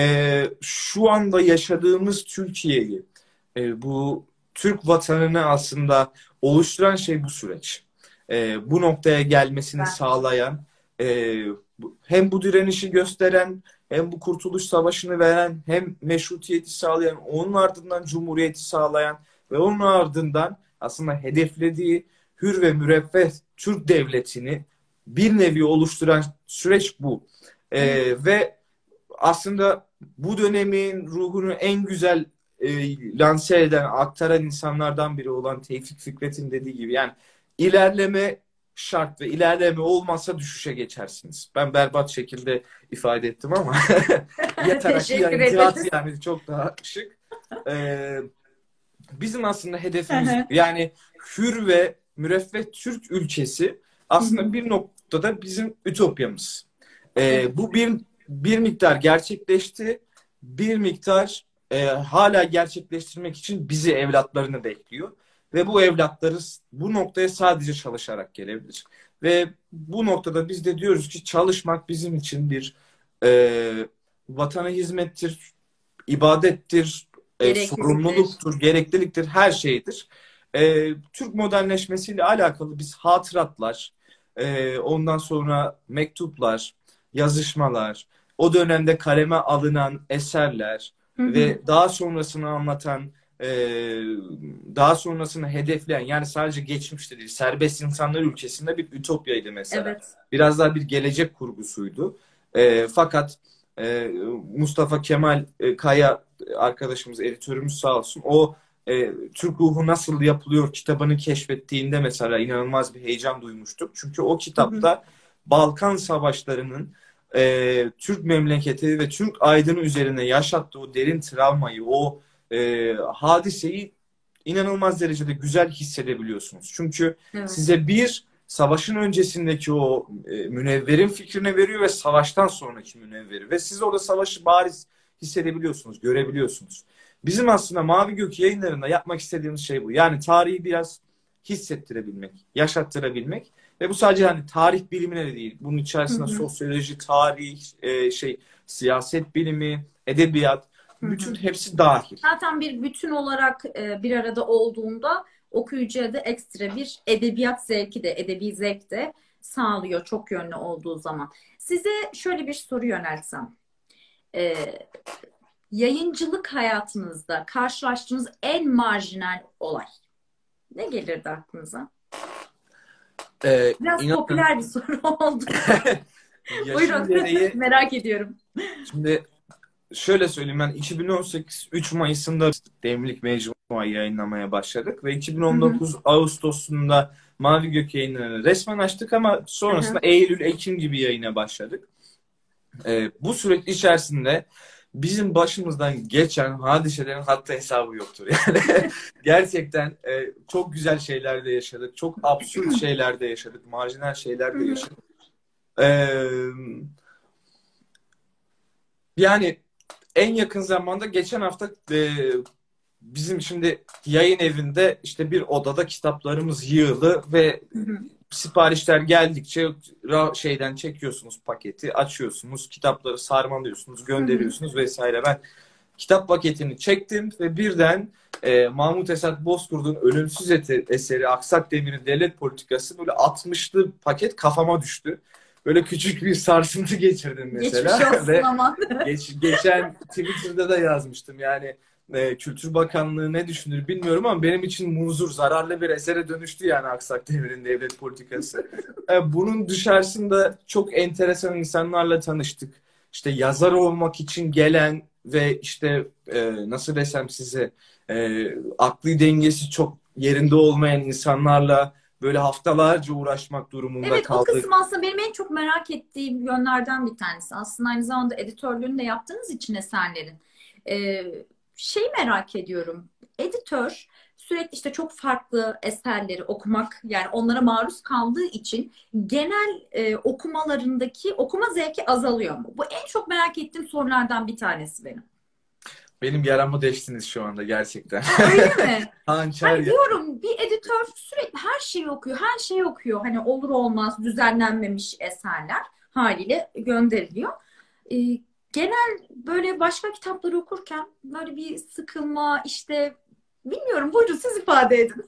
şu anda yaşadığımız Türkiye'yi, bu Türk vatanını aslında oluşturan şey bu süreç. Bu noktaya gelmesini Ben. sağlayan, e, hem bu direnişi gösteren, hem bu Kurtuluş Savaşı'nı veren, hem meşrutiyeti sağlayan, onun ardından Cumhuriyeti sağlayan ve onun ardından aslında hedeflediği hür ve müreffeh Türk devletini bir nevi oluşturan süreç bu. Evet. Ve aslında bu dönemin ruhunu en güzel lanse eden, aktaran insanlardan biri olan Tevfik Fikret'in dediği gibi yani ilerleme şart ve ilerleme olmazsa düşüşe geçersiniz. Ben berbat şekilde ifade ettim ama yeter ki Teşekkür yani icraatı ederiz. yani çok daha şık. Ee, Bizim aslında Hı hedefimiz hı. yani hür ve müreffeh Türk ülkesi Hı hı. aslında bir noktada bizim ütopyamız. Evet. Bu bir miktar gerçekleşti. Bir miktar hala gerçekleştirmek için bizi evlatlarını bekliyor. Ve bu evlatları bu noktaya sadece çalışarak gelebilir. Ve bu noktada biz de diyoruz ki çalışmak bizim için bir vatana hizmettir, ibadettir, Gerekliliktir. sorumluluktur, gerekliliktir, her şeydir. Türk modernleşmesiyle alakalı biz hatıratlar, ondan sonra mektuplar, yazışmalar, o dönemde kaleme alınan eserler Hı hı. ve daha sonrasını anlatan, e, daha sonrasını hedefleyen yani sadece geçmişte değil, serbest insanlar ülkesinde bir ütopyaydı mesela. Evet. Biraz daha bir gelecek kurgusuydu. Fakat e, Mustafa Kemal Kaya arkadaşımız, editörümüz sağ olsun. O Türk ruhu nasıl yapılıyor kitabını keşfettiğinde mesela inanılmaz bir heyecan duymuştuk. Çünkü o Hı hı. kitapta Balkan Savaşları'nın Türk memleketi ve Türk aydını üzerine yaşattığı o derin travmayı, o hadiseyi inanılmaz derecede güzel hissedebiliyorsunuz. Çünkü Evet. size bir savaşın öncesindeki o münevverin fikrine veriyor ve savaştan sonraki münevveri. Ve siz orada savaşı bariz hissedebiliyorsunuz, görebiliyorsunuz. Bizim aslında Mavi Gök yayınlarında yapmak istediğimiz şey bu. Yani tarihi biraz hissettirebilmek, yaşattırabilmek. Ve bu sadece hani tarih bilimine de değil. Bunun Hı içerisinde hı. sosyoloji, tarih, siyaset bilimi, edebiyat, Hı bütün hı. hepsi dahil. Zaten bir bütün olarak bir arada olduğunda okuyucuya da ekstra bir edebiyat zevki de, edebi zevk de sağlıyor çok yönlü olduğu zaman. Size şöyle bir soru yöneltsem. E, Yayıncılık hayatınızda karşılaştığınız en marjinal olay ne gelirdi aklınıza? Biraz İnanın popüler bir soru oldu. yaşım Buyurun. gereği Merak ediyorum. şimdi şöyle söyleyeyim, ben 2018 3 Mayıs'ında Demlik Mecmua yayınlamaya başladık ve Hı hı. 2019 Ağustos'unda Mavi Gök yayınlarını resmen açtık ama Hı sonrasında hı. Eylül, Ekim gibi yayına başladık. Bu süreç içerisinde bizim başımızdan geçen hadiselerin hatta hesabı yoktur. Yani gerçekten çok güzel şeyler de yaşadık. Çok absürt şeyler de yaşadık. Marjinal Hı şeyler de hı. yaşadık. E, Yani en yakın zamanda geçen hafta bizim şimdi yayın evinde işte bir odada kitaplarımız yığılı ve Hı hı. siparişler geldikçe şeyden çekiyorsunuz, paketi açıyorsunuz, kitapları sarmalıyorsunuz, Hı hı. gönderiyorsunuz vesaire. Ben kitap paketini çektim ve birden Mahmut Esat Bozkurt'un ölümsüz eseri Aksak Demir'in Devlet Politikası böyle 60'lı paket kafama düştü. Böyle küçük bir sarsıntı geçirdim Geçmiş mesela olsun ve ama. geçen Twitter'da da yazmıştım. Yani Kültür Bakanlığı ne düşünür bilmiyorum ama benim için muzur, zararlı bir esere dönüştü yani Aksak Demir'in Devlet Politikası. Bunun dışarısında çok enteresan insanlarla tanıştık. İşte yazar olmak için gelen ve işte nasıl desem size akli dengesi çok yerinde olmayan insanlarla böyle haftalarca uğraşmak durumunda Evet, o kaldık. kısım aslında benim en çok merak ettiğim yönlerden bir tanesi. Aslında aynı zamanda editörlüğünü de yaptığınız için eserlerin. Ee, Merak ediyorum. Editör sürekli işte çok farklı eserleri okumak, yani onlara maruz kaldığı için genel okumalarındaki okuma zevki azalıyor mu? Bu en çok merak ettiğim sorulardan bir tanesi benim. Benim yaramı deştiniz şu anda gerçekten. Ha, öyle mi? Hançer Hani ya. diyorum, bir editör sürekli her şeyi okuyor, her şeyi okuyor. Hani olur olmaz düzenlenmemiş eserler haliyle gönderiliyor. Ee, Genel böyle başka kitapları okurken böyle bir sıkılma işte, bilmiyorum, buyurun siz ifade edin.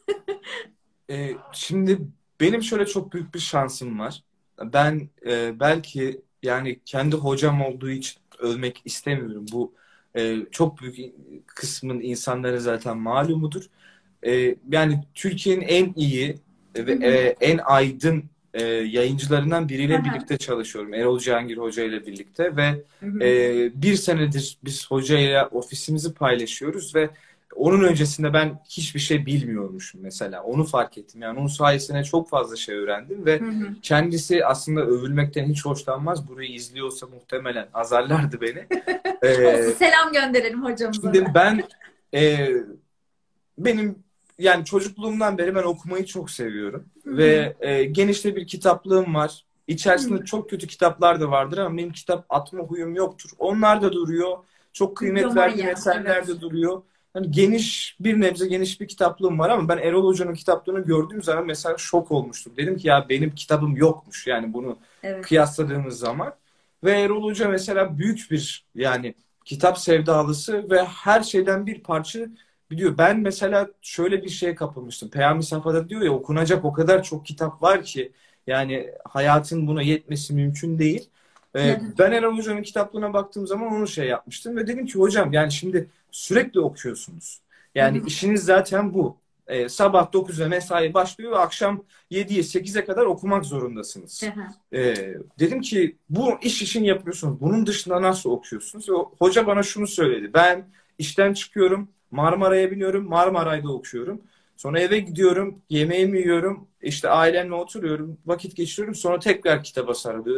Şimdi benim şöyle çok büyük bir şansım var. Ben belki yani kendi hocam olduğu için övmek istemiyorum. Bu çok büyük kısmın insanları zaten malumudur. Yani Türkiye'nin en iyi ve Hı hı. en aydın yayıncılarından Hı biriyle hı. birlikte çalışıyorum. Erol Cihangir Hoca ile birlikte ve Hı hı. bir senedir biz hocayla ofisimizi paylaşıyoruz ve onun öncesinde ben hiçbir şey bilmiyormuşum mesela. Onu fark ettim. Yani onun sayesinde çok fazla şey öğrendim ve Hı hı. kendisi aslında övülmekten hiç hoşlanmaz. Burayı izliyorsa muhtemelen azarlardı beni. Olsun, Ee, selam gönderelim hocamıza da. Şimdi e, benim yani çocukluğumdan beri ben okumayı çok seviyorum Hı hı. ve geniş de bir kitaplığım var. Hı İçerisinde hı. çok kötü kitaplar da vardır ama benim kitap atma huyum yoktur. Onlar da duruyor. Çok kıymet verdiğim Bibliomanya, eserler evet. de duruyor. Hani geniş bir nebze geniş bir kitaplığım var ama ben Erol Hoca'nın kitaplığını gördüğüm zaman mesela şok olmuştum. Dedim ki ya benim kitabım yokmuş yani bunu Evet. kıyasladığımız zaman. Ve Erol Hoca mesela büyük bir yani kitap sevdalısı ve her şeyden bir parça biliyor. Ben mesela şöyle bir şeye kapılmıştım. Peyami Safa'da diyor ya okunacak o kadar çok kitap var ki yani hayatın buna yetmesi mümkün değil. Hı hı. Ben Erol Hoca'nın kitaplığına baktığım zaman onu şey yapmıştım ve dedim ki hocam yani şimdi sürekli okuyorsunuz. Hı Yani hı. işiniz zaten bu. Sabah 9'a mesai başlıyor ve akşam 7'ye 8'e kadar okumak Hı zorundasınız. hı. Dedim ki bu iş için yapıyorsunuz. Bunun dışında nasıl okuyorsunuz? Ve hoca bana şunu söyledi. Ben işten çıkıyorum. Marmara'ya biniyorum. Marmaray'da okuyorum. Sonra eve gidiyorum. Yemeğimi yiyorum. İşte ailemle oturuyorum. Vakit geçiriyorum. Sonra tekrar kitaba sarılıyorum.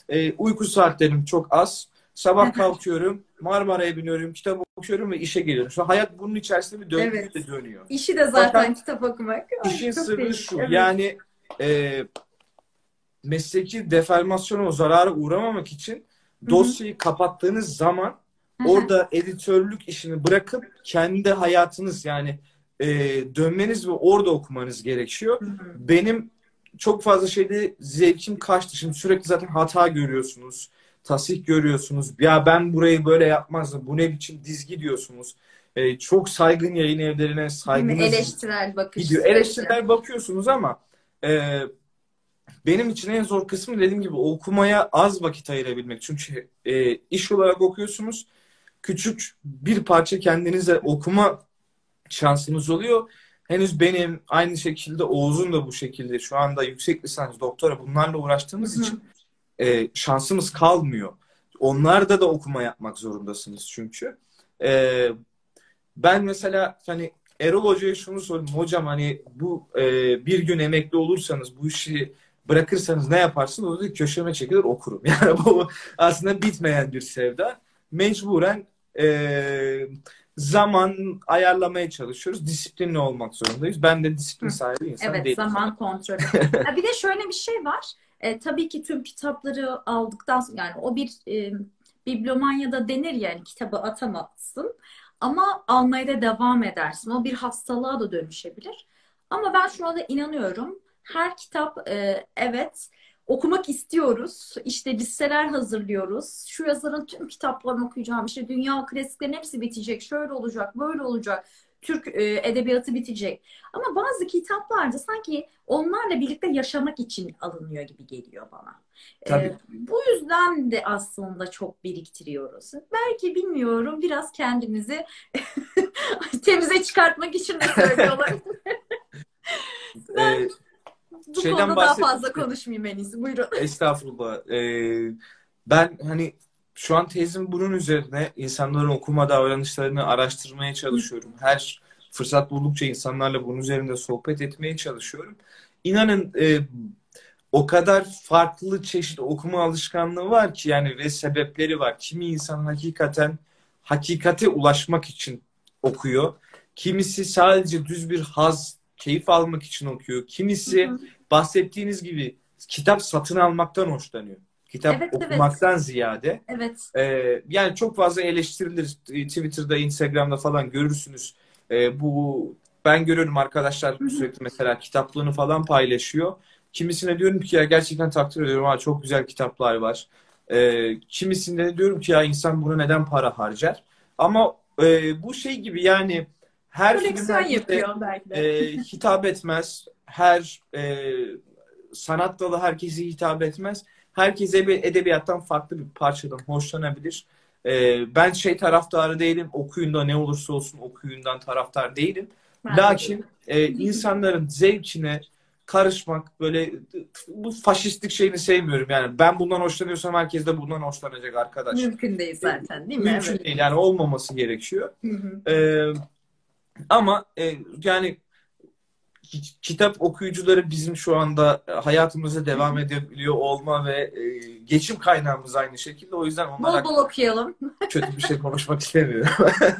Uyku saatlerim çok az. Sabah kalkıyorum, Marmara'ya biniyorum, kitap okuyorum ve işe geliyorum. Şu an hayat bunun içerisinde bir Evet. döngüyle dönüyor. İşi de zaten Fakat kitap okumak. Ay, işin çok sırrı iyi. şu, Evet. yani e, mesleki deformasyona, o zarara uğramamak için Hı hı. dosyayı kapattığınız zaman Hı hı. orada editörlük işini bırakıp kendi hayatınız, yani e, dönmeniz ve orada okumanız gerekiyor. Hı hı. Benim çok fazla şeyde zevkim kaçtı. Şimdi sürekli zaten hata görüyorsunuz. Tasih görüyorsunuz. Ya ben burayı böyle yapmazdım. Bu ne biçim dizgi diyorsunuz. Çok saygın yayın evlerine Değil mi? saygınız Eleştirel bakış gidiyor. sürekli. Eleştiriler bakıyorsunuz ama e, benim için en zor kısmı, dediğim gibi, okumaya az vakit ayırabilmek. Çünkü iş olarak okuyorsunuz. Küçük bir parça kendinize okuma şansınız oluyor. Henüz benim, aynı şekilde Oğuz'un da bu şekilde şu anda yüksek lisans, doktora, bunlarla Hı uğraştığımız hı. için şansımız kalmıyor. Onlarda da okuma yapmak zorundasınız çünkü. E, Ben mesela hani Erol Hoca'ya şunu sordum. Hocam, hani bu bir gün emekli olursanız, bu işi bırakırsanız ne yaparsın? O dedi köşeme çekilir okurum. Yani bu aslında bitmeyen bir sevda. Mecburen zaman ayarlamaya çalışıyoruz. Disiplinli olmak zorundayız. Ben de disiplin Hı. sahibi insan Evet, değilim. zaman kontrolü. Ha, bir de şöyle bir şey var. Tabii ki tüm kitapları aldıktan sonra, yani o bir bibliomanyada denir, yani kitabı atamazsın. Ama almaya da devam edersin. O bir hastalığa da dönüşebilir. Ama ben şuna da inanıyorum. Her kitap, evet, okumak istiyoruz. İşte listeler hazırlıyoruz. Şu yazarın tüm kitaplarını okuyacağım. İşte dünya klasiklerin hepsi bitecek. Şöyle olacak, böyle olacak. Türk edebiyatı bitecek. Ama bazı kitaplarda sanki onlarla birlikte yaşamak için alınıyor gibi geliyor bana. Tabii. Bu yüzden de aslında çok biriktiriyoruz. Belki, bilmiyorum, biraz kendimizi temize çıkartmak için de söylüyorlar. Ben E, bu Şeyden konuda daha fazla bahsetmiştim. konuşmayayım en iyisi. Buyurun. Estağfurullah. Ben hani şu an tezim bunun üzerine, insanların okuma davranışlarını araştırmaya çalışıyorum. Her fırsat buldukça insanlarla bunun üzerinde sohbet etmeye çalışıyorum. İnanın o kadar farklı çeşit okuma alışkanlığı var ki, yani ve sebepleri var. Kimi insan hakikaten hakikate ulaşmak için okuyor. Kimisi sadece düz bir haz, keyif almak için okuyor. Kimisi bahsettiğiniz gibi kitap satın almaktan hoşlanıyor. Kitap Evet, evet. okumaktan ziyade. Evet. Yani çok fazla eleştirilir. Twitter'da, Instagram'da falan görürsünüz. Bu, ben görüyorum, arkadaşlar sürekli mesela kitaplığını falan paylaşıyor. Kimisine diyorum ki ya, gerçekten takdir ediyorum. Ha, çok güzel kitaplar var. Kimisinde de diyorum ki ya, insan buna neden para harcar? Ama bu şey gibi, yani her film Koleksiyon herkese yapıyor belki de. hitap etmez. Her sanat dalı herkese hitap etmez. Herkes edebiyattan farklı bir parçadan hoşlanabilir. Ben şey taraftarı değilim. Okuyun da ne olursa olsun okuyundan taraftar değilim. Ben de Lakin değilim. insanların zevkine karışmak, böyle bu faşistlik şeyini sevmiyorum. Yani ben bundan hoşlanıyorsam herkes de bundan hoşlanacak arkadaş. Mümkün değil zaten, değil mi? Mümkün Evet. değil. Yani olmaması gerekiyor. Hı hı. E, Ama yani kitap okuyucuları bizim şu anda hayatımıza devam edebiliyor olma ve geçim kaynağımız aynı şekilde. O yüzden onlar Bol bol hakkında okuyalım. kötü bir şey konuşmak istemiyorum.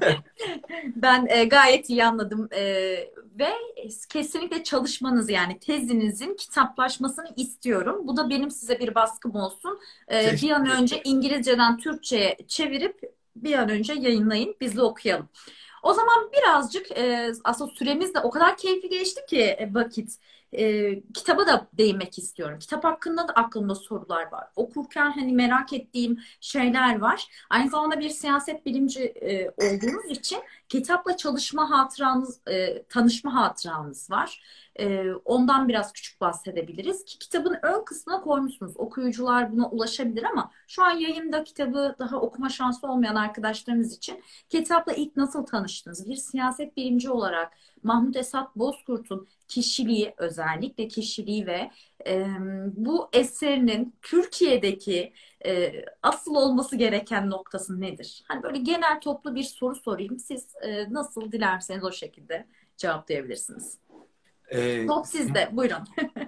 Ben gayet iyi anladım. Ve kesinlikle çalışmanız, yani tezinizin kitaplaşmasını istiyorum. Bu da benim size bir baskım olsun. Bir an Teşekkür önce ederim. İngilizceden Türkçe'ye çevirip bir an önce yayınlayın. Biz de okuyalım. O zaman birazcık, aslında süremiz de o kadar keyifli geçti ki vakit. Kitaba da değinmek istiyorum. Kitap hakkında da aklımda sorular var. Okurken hani merak ettiğim şeyler var. Aynı zamanda bir siyaset bilimci olduğunuz için kitapla çalışma hatıranız, tanışma hatıranız var. Ondan biraz küçük bahsedebiliriz ki kitabın ön kısmına koymuşsunuz. Okuyucular buna ulaşabilir ama şu an yayında kitabı daha okuma şansı olmayan arkadaşlarımız için kitapla ilk nasıl tanıştınız? Bir siyaset bilimci olarak Mahmut Esat Bozkurt'un kişiliği, özellikle kişiliği ve bu eserinin Türkiye'deki asıl olması gereken noktası nedir? Hani böyle genel toplu bir soru sorayım. Siz nasıl dilerseniz o şekilde cevaplayabilirsiniz. E, Top sizde. Buyurun.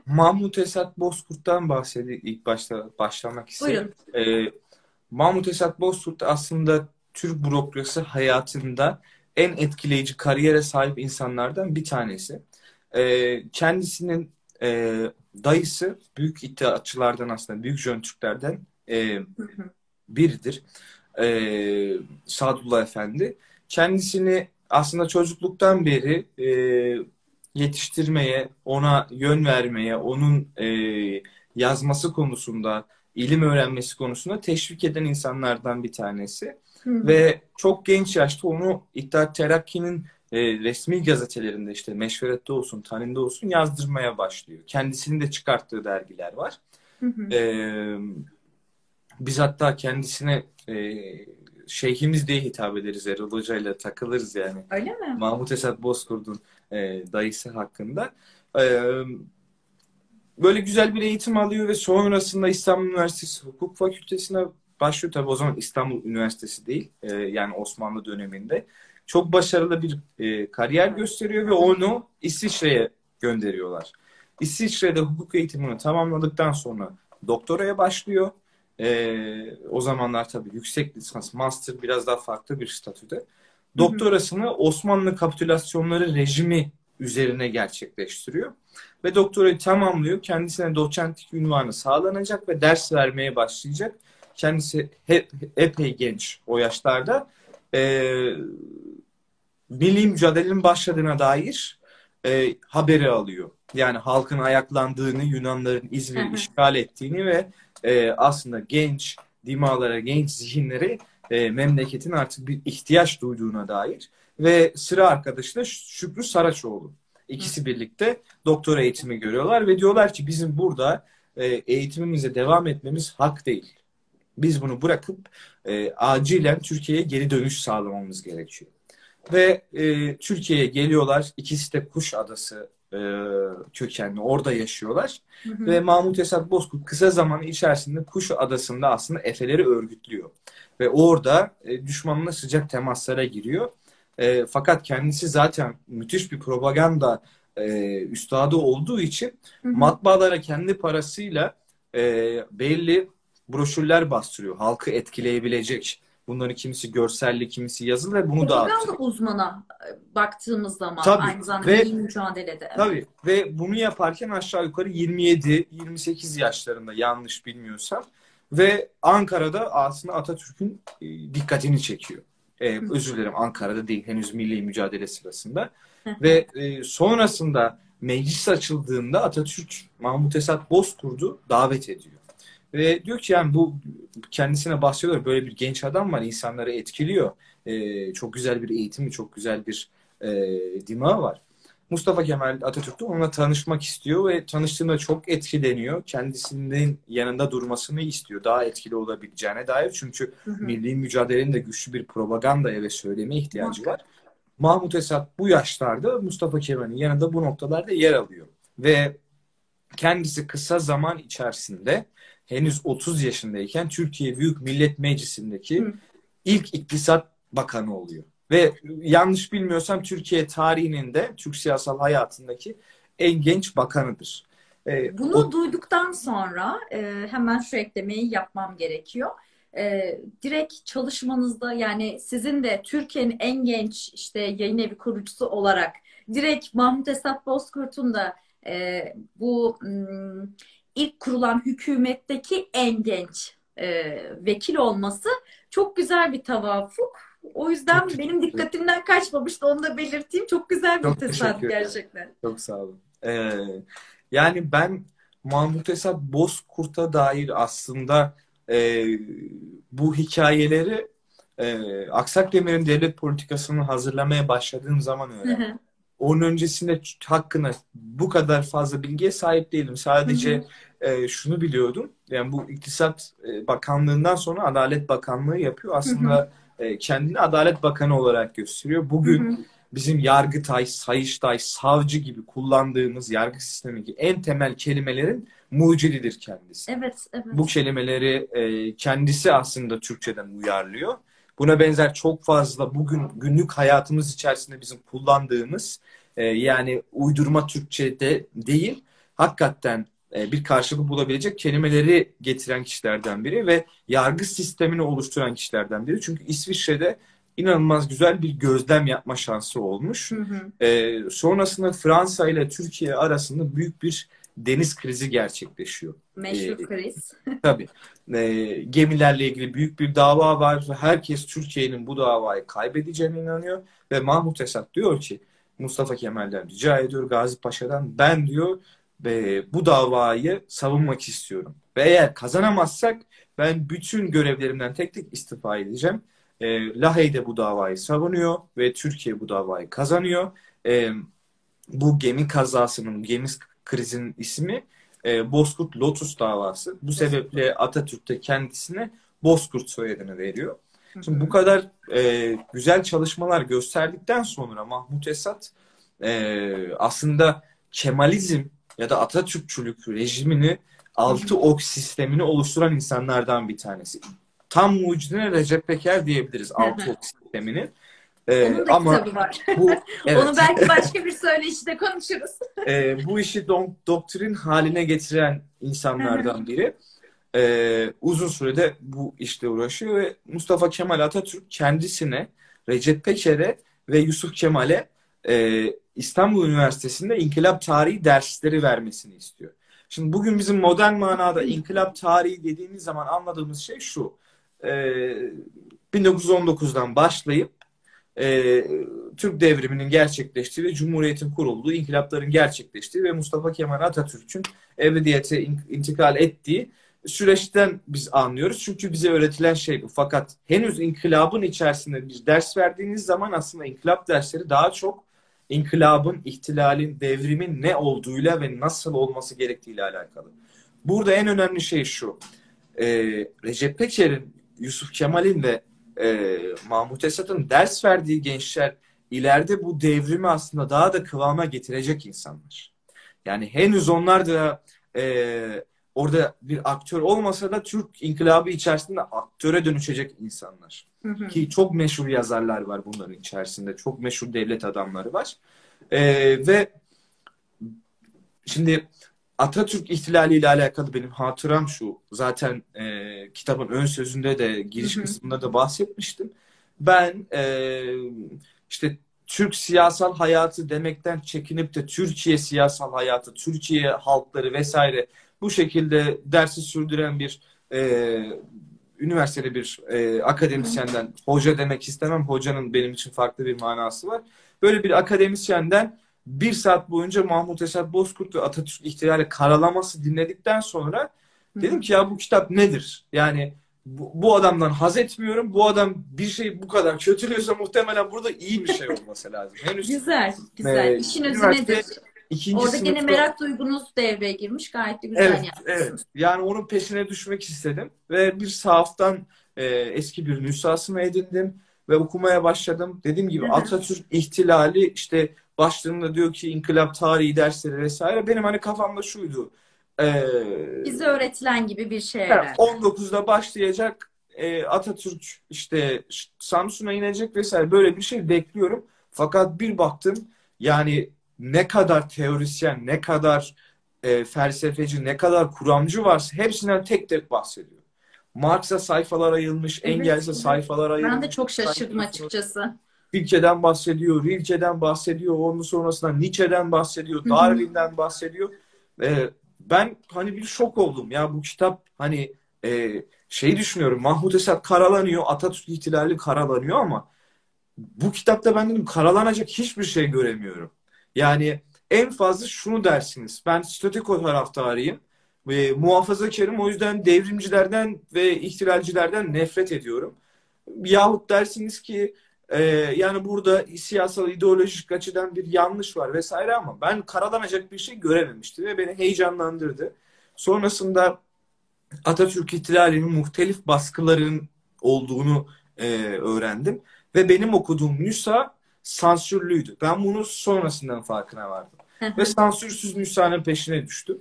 Mahmut Esat Bozkurt'tan bahsedeyim. İlk başta başlamak isterim. Buyurun. Mahmut Esat Bozkurt aslında Türk bürokrasi hayatında en etkileyici kariyere sahip insanlardan bir tanesi. Kendisinin dayısı büyük iddiatçılardan, aslında büyük Jön Türklerden Hı hı. biridir. Sadullah Efendi. Kendisini aslında çocukluktan beri yetiştirmeye, ona yön vermeye, onun yazması konusunda, ilim öğrenmesi konusunda teşvik eden insanlardan bir tanesi. Hı hı. Ve çok genç yaşta onu İttihat Terakki'nin resmi gazetelerinde, işte Meşveret'te olsun, Tanin'de olsun yazdırmaya başlıyor. Kendisinin de çıkarttığı dergiler var. Hı hı. E, Biz hatta kendisine şeyhimiz diye hitap ederiz. Erol Hoca ile takılırız yani. Öyle mi? Mahmut Esat Bozkurt'un dayısı hakkında. E, Böyle güzel bir eğitim alıyor ve sonrasında İstanbul Üniversitesi Hukuk Fakültesine başlıyor. Tabii o zaman İstanbul Üniversitesi değil. Yani Osmanlı döneminde. Çok başarılı bir kariyer gösteriyor ve onu İsviçre'ye gönderiyorlar. İsviçre'de hukuk eğitimini tamamladıktan sonra doktoraya başlıyor. O zamanlar tabii yüksek lisans, master biraz daha farklı bir statüde. Hı hı. Doktorasını Osmanlı kapitülasyonları rejimi üzerine gerçekleştiriyor. Ve doktorayı tamamlıyor. Kendisine doçentlik unvanı sağlanacak ve ders vermeye başlayacak. Kendisi epey genç o yaşlarda. Milli mücadelenin başladığına dair haberi alıyor. Yani halkın ayaklandığını, Yunanların Hı İzmir'i hı. işgal ettiğini ve aslında genç dimağlara, genç zihinleri memleketin artık bir ihtiyaç duyduğuna dair. Ve sıra arkadaşı da Şükrü Saraçoğlu. Hı. İkisi birlikte doktora eğitimi görüyorlar ve diyorlar ki bizim burada eğitimimize devam etmemiz hak değil. Biz bunu bırakıp acilen Türkiye'ye geri dönüş sağlamamız gerekiyor. Ve Türkiye'ye geliyorlar. İkisi de Kuşadası kökenli. Orada yaşıyorlar. Hı hı. Ve Mahmut Esat Bozkurt kısa zaman içerisinde Kuşadası'nda aslında Efeleri örgütlüyor. Ve orada düşmanla sıcak temaslara giriyor. Fakat kendisi zaten müthiş bir propaganda üstadı olduğu için Hı hı. matbaalara kendi parasıyla belli broşürler bastırıyor. Halkı etkileyebilecek. Bunların kimisi görselli, kimisi yazılı ve bunu Propaganda dağıtıyor. uzmana baktığımız zaman Tabii aynı zamanda ve milli mücadelede, evet. tabii ve bunu yaparken aşağı yukarı 27-28 yaşlarında, yanlış bilmiyorsam, ve Ankara'da aslında Atatürk'ün dikkatini çekiyor. Hı Özür dilerim, Ankara'da değil, henüz milli mücadele sırasında. hı. Ve sonrasında meclis açıldığında Atatürk Mahmut Esat Bozkurt'u davet ediyor. Ve diyor ki yani bu, kendisine bahsediyor, böyle bir genç adam var, insanları etkiliyor. Çok güzel bir eğitimi, çok güzel bir dimağı var. Mustafa Kemal Atatürk de onunla tanışmak istiyor ve tanıştığında çok etkileniyor. Kendisinin yanında durmasını istiyor. Daha etkili olabileceğine dair. Çünkü Hı hı. milli mücadelenin de güçlü bir propagandaya ve söyleme ihtiyacı var. Muhakkak. Mahmut Esat bu yaşlarda Mustafa Kemal'in yanında bu noktalarda yer alıyor. Ve kendisi kısa zaman içerisinde, henüz 30 yaşındayken, Türkiye Büyük Millet Meclisi'ndeki Hı. ilk iktisat bakanı oluyor. Ve yanlış bilmiyorsam Türkiye tarihinin de Türk siyasal hayatındaki en genç bakanıdır. Bunu duyduktan sonra hemen şu eklemeyi yapmam gerekiyor. Direkt çalışmanızda, yani sizin de Türkiye'nin en genç işte yayın evi kurucusu olarak direkt Mahmut Esat Bozkurt'un da bu ilk kurulan hükümetteki en genç vekil olması çok güzel bir tevafuk. O çok yüzden benim teşekkür ederim. dikkatimden kaçmamıştı, onu da belirteyim. Çok güzel bir Çok tesadüf teşekkür ederim. gerçekten. Çok sağ olun. Yani ben Mahmut Esat Bozkurt'a dair aslında e, bu hikayeleri Aksak Demir'in devlet politikasını hazırlamaya başladığım zaman Hı öğrendim. hı. Onun öncesinde hakkında bu kadar fazla bilgiye sahip değilim. Hı hı. Sadece şunu biliyordum. Yani bu İktisat Bakanlığından sonra Adalet Bakanlığı yapıyor. Hı hı. Aslında kendini Adalet Bakanı olarak gösteriyor. Hı Bugün hı. bizim Yargıtay, Sayıştay, savcı gibi kullandığımız yargı sistemindeki en temel kelimelerin mucididir kendisi. Evet, Bu evet. kelimeleri kendisi aslında Türkçeden uyarlıyor. Buna benzer çok fazla bugün günlük hayatımız içerisinde bizim kullandığımız, yani uydurma Türkçe'de değil, hakikaten bir karşılık bulabilecek kelimeleri getiren kişilerden biri ve yargı sistemini oluşturan kişilerden biri. Çünkü İsviçre'de inanılmaz güzel bir gözlem yapma şansı olmuş. Hı hı. Sonrasında Fransa ile Türkiye arasında büyük bir deniz krizi gerçekleşiyor. Meşhur kriz. Tabii. Gemilerle ilgili büyük bir dava var ve herkes Türkiye'nin bu davayı kaybedeceğine inanıyor. Ve Mahmut Esat diyor ki Mustafa Kemal'den rica ediyor, Gazi Paşa'dan, ben diyor bu davayı savunmak istiyorum. Ve eğer kazanamazsak ben bütün görevlerimden tek tek istifa edeceğim. Lahey'de bu davayı savunuyor ve Türkiye bu davayı kazanıyor. E, Bu gemi kazasının, gemi krizinin ismi Bozkurt Lotus davası. Bu sebeple Atatürk de kendisine Bozkurt soyadını veriyor. Hı Şimdi bu hı. kadar güzel çalışmalar gösterdikten sonra Mahmut Esat aslında Kemalizm ya da Atatürkçülük rejimini, Hı altı hı. ok sistemini oluşturan insanlardan bir tanesi. Tam mucidine Recep Peker diyebiliriz Hı altı hı. ok sisteminin. Onun da Ama kitabı var. bu, Onu evet. belki başka bir söyleşide konuşuruz. Bu işi doktrin haline getiren Hı hı. insanlardan biri. Uzun sürede bu işle uğraşıyor ve Mustafa Kemal Atatürk kendisine, Recep Peker'e ve Yusuf Kemal'e İstanbul Üniversitesi'nde inkılap tarihi dersleri vermesini istiyor. Şimdi bugün bizim modern manada inkılap tarihi dediğimiz zaman anladığımız şey şu. Ee, 1919'dan başlayıp e, Türk devriminin gerçekleştiği ve Cumhuriyet'in kurulduğu, inkılapların gerçekleştiği ve Mustafa Kemal Atatürk'ün ebediyete intikal ettiği süreçten biz anlıyoruz. Çünkü bize öğretilen şey bu. Fakat henüz inkılabın içerisinde bir ders verdiğiniz zaman aslında inkılap dersleri daha çok inkılabın, ihtilalin, devrimin ne olduğuyla ve nasıl olması gerektiğiyle alakalı. Burada en önemli şey şu. Recep Peker'in, Yusuf Kemal'in ve Mahmut Esat'ın ders verdiği gençler ileride bu devrimi aslında daha da kıvama getirecek insanlar. Yani henüz onlar da orada bir aktör olmasa da Türk İnkılabı içerisinde aktöre dönüşecek insanlar. Hı hı. Ki çok meşhur yazarlar var bunların içerisinde. Çok meşhur devlet adamları var. Ve şimdi Atatürk ihtilali ile alakalı benim hatıram şu. Zaten kitabın ön sözünde de Hı giriş hı. kısmında da bahsetmiştim. Ben işte Türk siyasal hayatı demekten çekinip de Türkiye siyasal hayatı, Türkiye halkları vesaire bu şekilde dersi sürdüren bir üniversitede bir Hı hı. akademisyenden, hoca demek istemem. Hocanın benim için farklı bir manası var. Böyle bir akademisyenden bir saat boyunca Mahmut Esat Bozkurt ve Atatürk İhtilali karalaması dinledikten sonra Hı dedim hı. ki ya bu kitap nedir? Yani bu adamdan haz etmiyorum. Bu adam bir şeyi bu kadar kötülüyorsa muhtemelen burada iyi bir şey olması lazım. Henüz Güzel, güzel. İşin özü üniversite nedir? ikinci Orada gene sınıfta. merak duygunuz devreye girmiş. Gayet de güzel Evet, yapmışsınız. evet. Yani onun peşine düşmek istedim ve bir sahaftan eski bir nüshasını edindim ve okumaya başladım. Dediğim gibi Hı hı. Atatürk ihtilali işte başlığında diyor ki inkılap tarihi dersleri vesaire. Benim hani kafamda şuydu. E, Bize öğretilen gibi bir şey yani herhalde. 19'da başlayacak, Atatürk işte Samsun'a inecek vesaire böyle bir şey bekliyorum. Fakat bir baktım yani ne kadar teorisyen, ne kadar felsefeci, ne kadar kuramcı varsa hepsinden tek tek bahsediyor. Marx'a sayfalar ayrılmış, Evet, Engels'e evet. sayfalar Ben de ayrılmış. çok şaşırdım açıkçası. Rilke'den bahsediyor, Rilke'den bahsediyor, onun sonrasında Nietzsche'den bahsediyor, Hı hı. Darwin'den bahsediyor. Ben hani bir şok oldum ya bu kitap hani şey düşünüyorum Mahmut Esat karalanıyor, Atatürk ihtilali karalanıyor ama bu kitapta ben dedim karalanacak hiçbir şey göremiyorum. Yani en fazla şunu dersiniz. Ben statüko taraftarıyım. Ve muhafazakarım o yüzden devrimcilerden ve ihtilalcilerden nefret ediyorum. Yahut dersiniz ki yani burada siyasal ideolojik açıdan bir yanlış var vesaire ama ben karalanacak bir şey görememiştim ve beni heyecanlandırdı. Sonrasında Atatürk ihtilalinin muhtelif baskıların olduğunu öğrendim. Ve benim okuduğum nüsha sansürlüydü. Ben bunu sonrasından farkına vardım. Hı Ve hı. sansürsüz nüshanın peşine düştüm.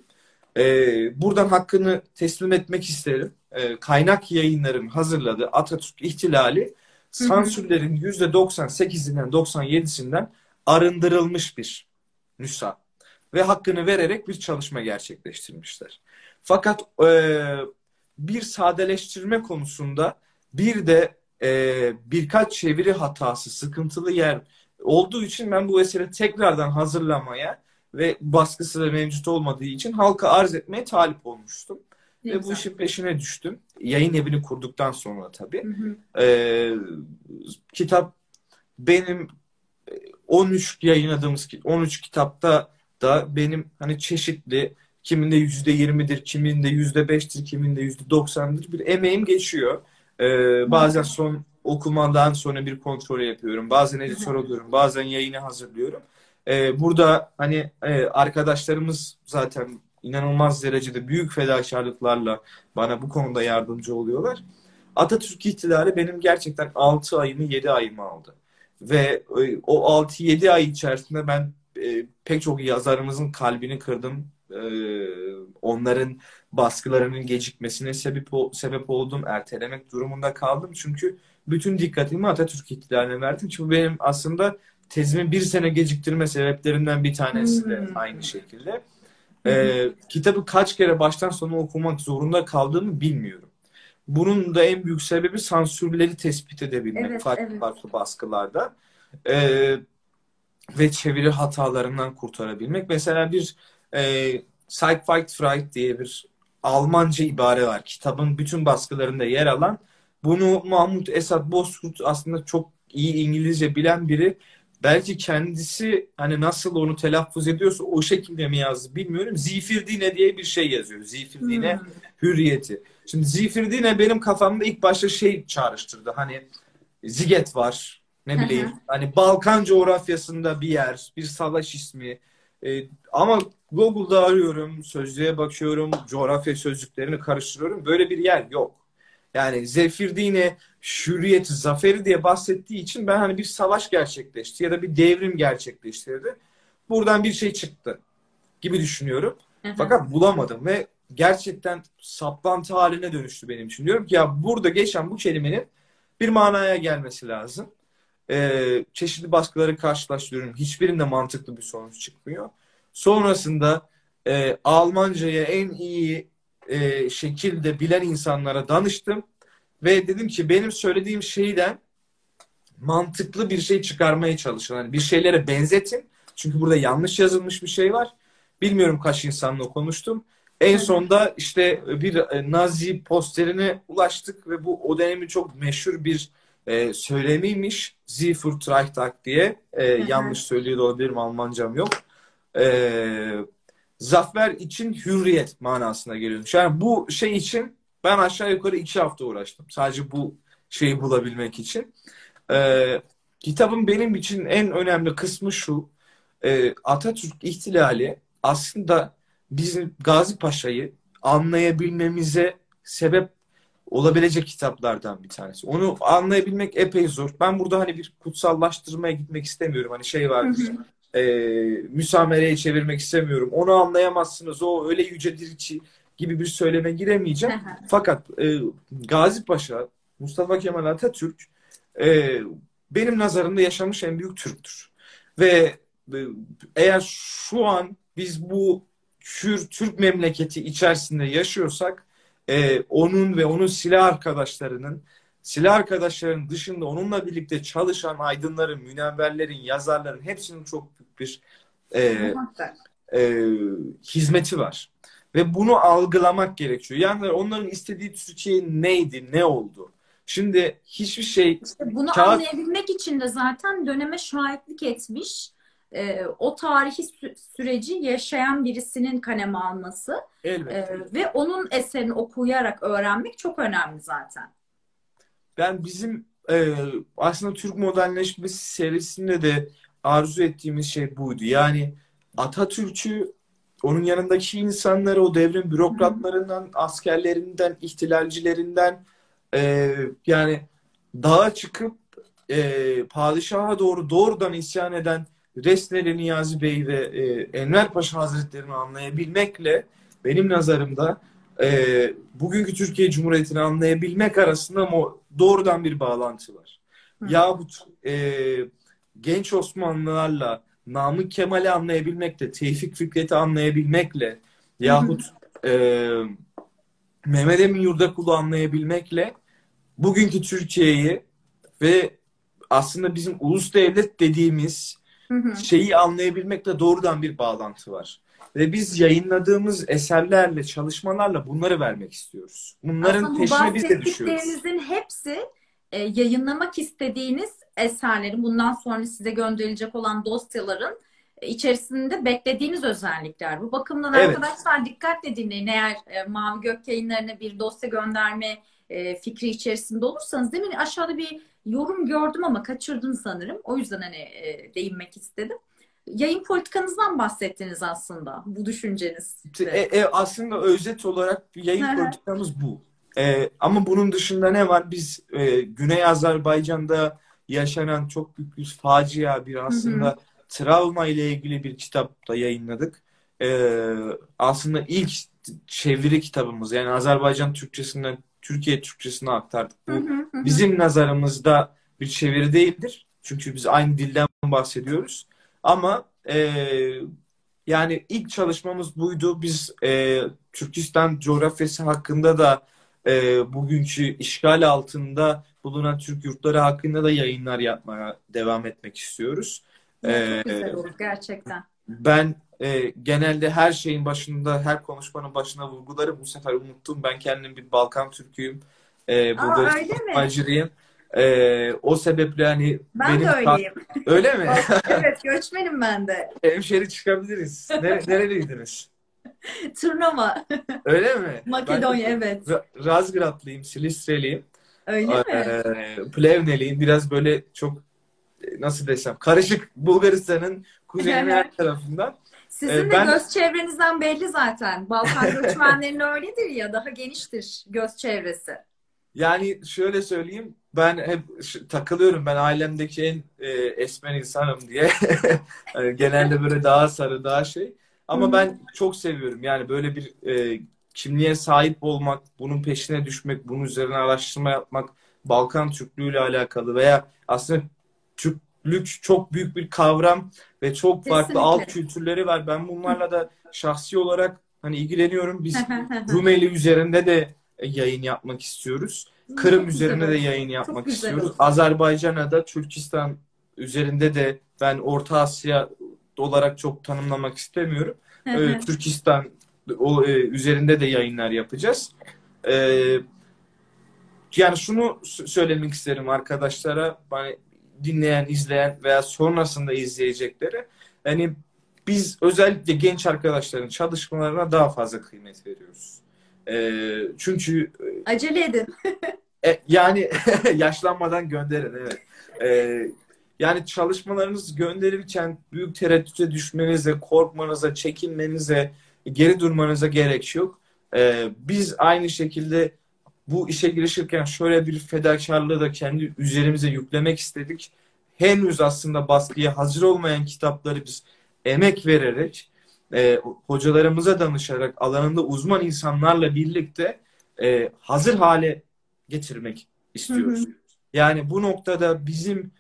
Buradan hakkını teslim etmek isterim. Kaynak yayınların hazırladığı Atatürk ihtilali Hı hı. sansürlerin %98'inden 97'sinden arındırılmış bir nüsha. ve hakkını vererek bir çalışma gerçekleştirmişler. Fakat bir sadeleştirme konusunda bir de birkaç çeviri hatası, sıkıntılı yer olduğu için ben bu eseri tekrardan hazırlamaya ve baskısı da mevcut olmadığı için halka arz etmeye talip olmuştum. Ne Ve bu güzel. işin peşine düştüm. Yayın evini kurduktan sonra tabii. Hı hı. Ee, kitap benim 13 yayınladığımız 13 kitapta da benim hani çeşitli, kiminde %20'dir, kiminde %5'tir, kiminde %90'dır bir emeğim geçiyor. Bazen son okumadan sonra bir kontrol yapıyorum. Bazen editör oluyorum. Bazen yayını hazırlıyorum. Burada hani arkadaşlarımız zaten inanılmaz derecede büyük fedakarlıklarla bana bu konuda yardımcı oluyorlar. Atatürk İhtilali benim gerçekten 6 ayımı 7 ayımı aldı. Ve o 6-7 ay içerisinde ben pek çok yazarımızın kalbini kırdım. Onların baskılarının gecikmesine sebep oldum. Ertelemek durumunda kaldım. Çünkü bütün dikkatimi Atatürk İhtilali'ne verdim. Çünkü benim aslında tezimi bir sene geciktirme sebeplerinden bir tanesi de aynı şekilde. Kitabı kaç kere baştan sona okumak zorunda kaldığımı bilmiyorum. Bunun da en büyük sebebi sansürleri tespit edebilmek Evet, farklı evet. farklı baskılarda. Ve çeviri hatalarından kurtarabilmek. Mesela bir Siegfried diye bir Almanca ibare var. Kitabın bütün baskılarında yer alan. Bunu Mahmut Esat Bozkurt aslında çok iyi İngilizce bilen biri. Belki kendisi hani nasıl onu telaffuz ediyorsa o şekilde mi yazdı bilmiyorum. Zifirdine diye bir şey yazıyor. Zifirdine Hmm. hürriyeti. Şimdi Zifirdine benim kafamda ilk başta şey çağrıştırdı. Hani Ziget var. Ne Hı bileyim. hı. Hani Balkan coğrafyasında bir yer. Bir savaş ismi. Ama Google'da arıyorum. Sözlüğe bakıyorum. Coğrafya sözcüklerini karıştırıyorum. Böyle bir yer yok. Yani Zefirdine Hürriyet Zaferi diye bahsettiği için ben hani bir savaş gerçekleşti ya da bir devrim gerçekleştirdi. Buradan bir şey çıktı gibi düşünüyorum. Hı hı. Fakat bulamadım ve gerçekten saplantı haline dönüştü benim için. Diyorum ki ya burada geçen bu kelimenin bir manaya gelmesi lazım. Çeşitli baskıları karşılaştırıyorum. Hiçbirinde mantıklı bir sonuç çıkmıyor. Sonrasında Almancayı en iyi şekilde bilen insanlara danıştım. Ve dedim ki benim söylediğim şeyden mantıklı bir şey çıkarmaya çalışın. Yani bir şeylere benzetin. Çünkü burada yanlış yazılmış bir şey var. Bilmiyorum kaç insanla konuştum. En Hı hı. sonda işte bir Nazi posterine ulaştık ve bu o dönemin çok meşhur bir söylemiymiş. Sie für Reichstag diye. Hı Yanlış hı. söylüyor da olabilirim, Almancam yok. E, zafer için hürriyet manasına geliyormuş. Yani bu şey için ben aşağı yukarı 2 hafta uğraştım. Sadece bu şeyi bulabilmek için. Kitabın benim için en önemli kısmı şu. Atatürk İhtilali aslında bizim Gazi Paşa'yı anlayabilmemize sebep olabilecek kitaplardan bir tanesi. Onu anlayabilmek epey zor. Ben burada hani bir kutsallaştırmaya gitmek istemiyorum. Hani şey Hı vardır. hı. Müsamereye çevirmek istemiyorum. Onu anlayamazsınız. O öyle yücedir ki gibi bir söyleme Hı giremeyeceğim. hı. Fakat Gazi Paşa, Mustafa Kemal Atatürk e, benim nazarımda yaşamış en büyük Türktür. Ve e, eğer şu an biz bu Türk memleketi içerisinde yaşıyorsak onun ve onun silah arkadaşlarının dışında onunla birlikte çalışan aydınların, münevverlerin, yazarların hepsinin çok büyük bir e, Muhakkak. e, hizmeti var. Ve bunu algılamak gerekiyor. Yani onların istediği Türkiye neydi, ne oldu? Şimdi hiçbir şey İşte bunu kağıt anlayabilmek için de zaten döneme şahitlik etmiş, o tarihi süreci yaşayan birisinin kaleme alması elbette. ve onun eserini okuyarak öğrenmek çok önemli zaten. Ben bizim aslında Türk modernleşmesi serisinde de arzu ettiğimiz şey buydu. Yani Atatürk'ü, onun yanındaki insanları, o devrin Hı hı. bürokratlarından, askerlerinden, ihtilalcilerinden yani dağa çıkıp padişaha doğru doğrudan isyan eden Resneli Niyazi Bey ve Enver Paşa Hazretleri'ni anlayabilmekle benim nazarımda bugünkü Türkiye Cumhuriyeti'ni anlayabilmek arasında doğrudan bir bağlantı var. Hı. Yahut genç Osmanlılarla Namık Kemal'i anlayabilmekle, Tevfik Fikret'i anlayabilmekle Hı hı. yahut e, Mehmet Emin Yurdakul'u anlayabilmekle bugünkü Türkiye'yi ve aslında bizim ulus devlet dediğimiz Hı hı. şeyi anlayabilmekle doğrudan bir bağlantı var. Ve biz yayınladığımız eserlerle, çalışmalarla bunları vermek istiyoruz. Bunların Aslında bu peşine biz de düşüyoruz. bahsettiklerinizin hepsi yayınlamak istediğiniz eserlerin, bundan sonra size gönderilecek olan dosyaların içerisinde beklediğiniz özellikler. Bu bakımdan Evet, arkadaşlar dikkatle dinleyin. Eğer Mavi Gök Yayınları'na bir dosya gönderme fikri içerisinde olursanız, demin aşağıda bir yorum gördüm ama kaçırdım sanırım. O yüzden hani değinmek istedim. Yayın politikanızdan bahsettiniz aslında, bu düşüncenizde. aslında özet olarak bir Hı yayın hı. politikamız bu. Ama bunun dışında ne var? Biz Güney Azerbaycan'da yaşanan çok büyük bir facia, bir Hı hı. aslında travma ile ilgili bir kitap da yayınladık. Aslında ilk çeviri kitabımız, yani Azerbaycan Türkçesinden Türkiye Türkçesine aktardık. Hı Bu hı hı hı. bizim nazarımızda bir çeviri değildir. Çünkü biz aynı dilden bahsediyoruz. Ama yani ilk çalışmamız buydu. Biz Türkistan coğrafyası hakkında da bugünkü işgal altında bulunan Türk yurtları hakkında da yayınlar yapmaya devam etmek istiyoruz. Ya çok E, güzel olur gerçekten. Ben genelde her şeyin başında, her konuşmanın başına vurgularım. Bu sefer unuttum. Ben kendim bir Balkan Türk'üyüm. Aa, öyle Bulgaristan mi? Maceriyim. O sebeple hani Ben de öyleyim. öyle mi? Evet, göçmenim ben de. Hemşeri çıkabiliriz. Nereliydiniz? Turnuva. Öyle mi? Ben de Makedonya, evet. Razgradlıyım, Silistreliyim, Öyle mi? Plevneliyim. Biraz böyle çok nasıl desem karışık Bulgaristan'ın kuzeyinin her tarafından. Sizin de Ben göz çevrenizden belli zaten. Balkan göçmenlerinin öyledir ya, daha geniştir göz çevresi. yani şöyle söyleyeyim, ben hep takılıyorum, ben ailemdeki en esmer insanım diye. Hani genelde böyle daha sarı, daha şey. Hı Ama hı. ben çok seviyorum. Yani böyle bir kimliğe sahip olmak, bunun peşine düşmek, bunun üzerine araştırma yapmak, Balkan Türklüğü ile alakalı veya aslında Türklük çok büyük bir kavram ve çok farklı alt Kesinlikle. kültürleri var. Ben bunlarla da şahsi olarak hani ilgileniyorum. Biz Rumeli üzerinde de yayın yapmak istiyoruz. Kırım Çok güzel üzerine de olur. yayın Çok yapmak güzel istiyoruz. olur. Azerbaycan'a da Türkistan üzerinde de ben Orta Asya olarak çok tanımlamak istemiyorum. Türkistan üzerinde de yayınlar yapacağız. Ee, Yani şunu söylemek isterim arkadaşlara, hani dinleyen, izleyen veya sonrasında izleyecekleri. Hani biz özellikle genç arkadaşların çalışmalarına daha fazla kıymet veriyoruz. Çünkü Acele edin. yani yaşlanmadan gönderin, evet. Yani çalışmalarınız gönderirken büyük tereddüte düşmenize, korkmanıza, çekinmenize, geri durmanıza gerek yok. Biz aynı şekilde bu işe girişirken şöyle bir fedakarlığı da kendi üzerimize yüklemek istedik. Henüz aslında baskıya hazır olmayan kitapları biz emek vererek, hocalarımıza danışarak, alanında uzman insanlarla birlikte hazır hale getirmek Hı hı. istiyoruz. Yani bu noktada bizim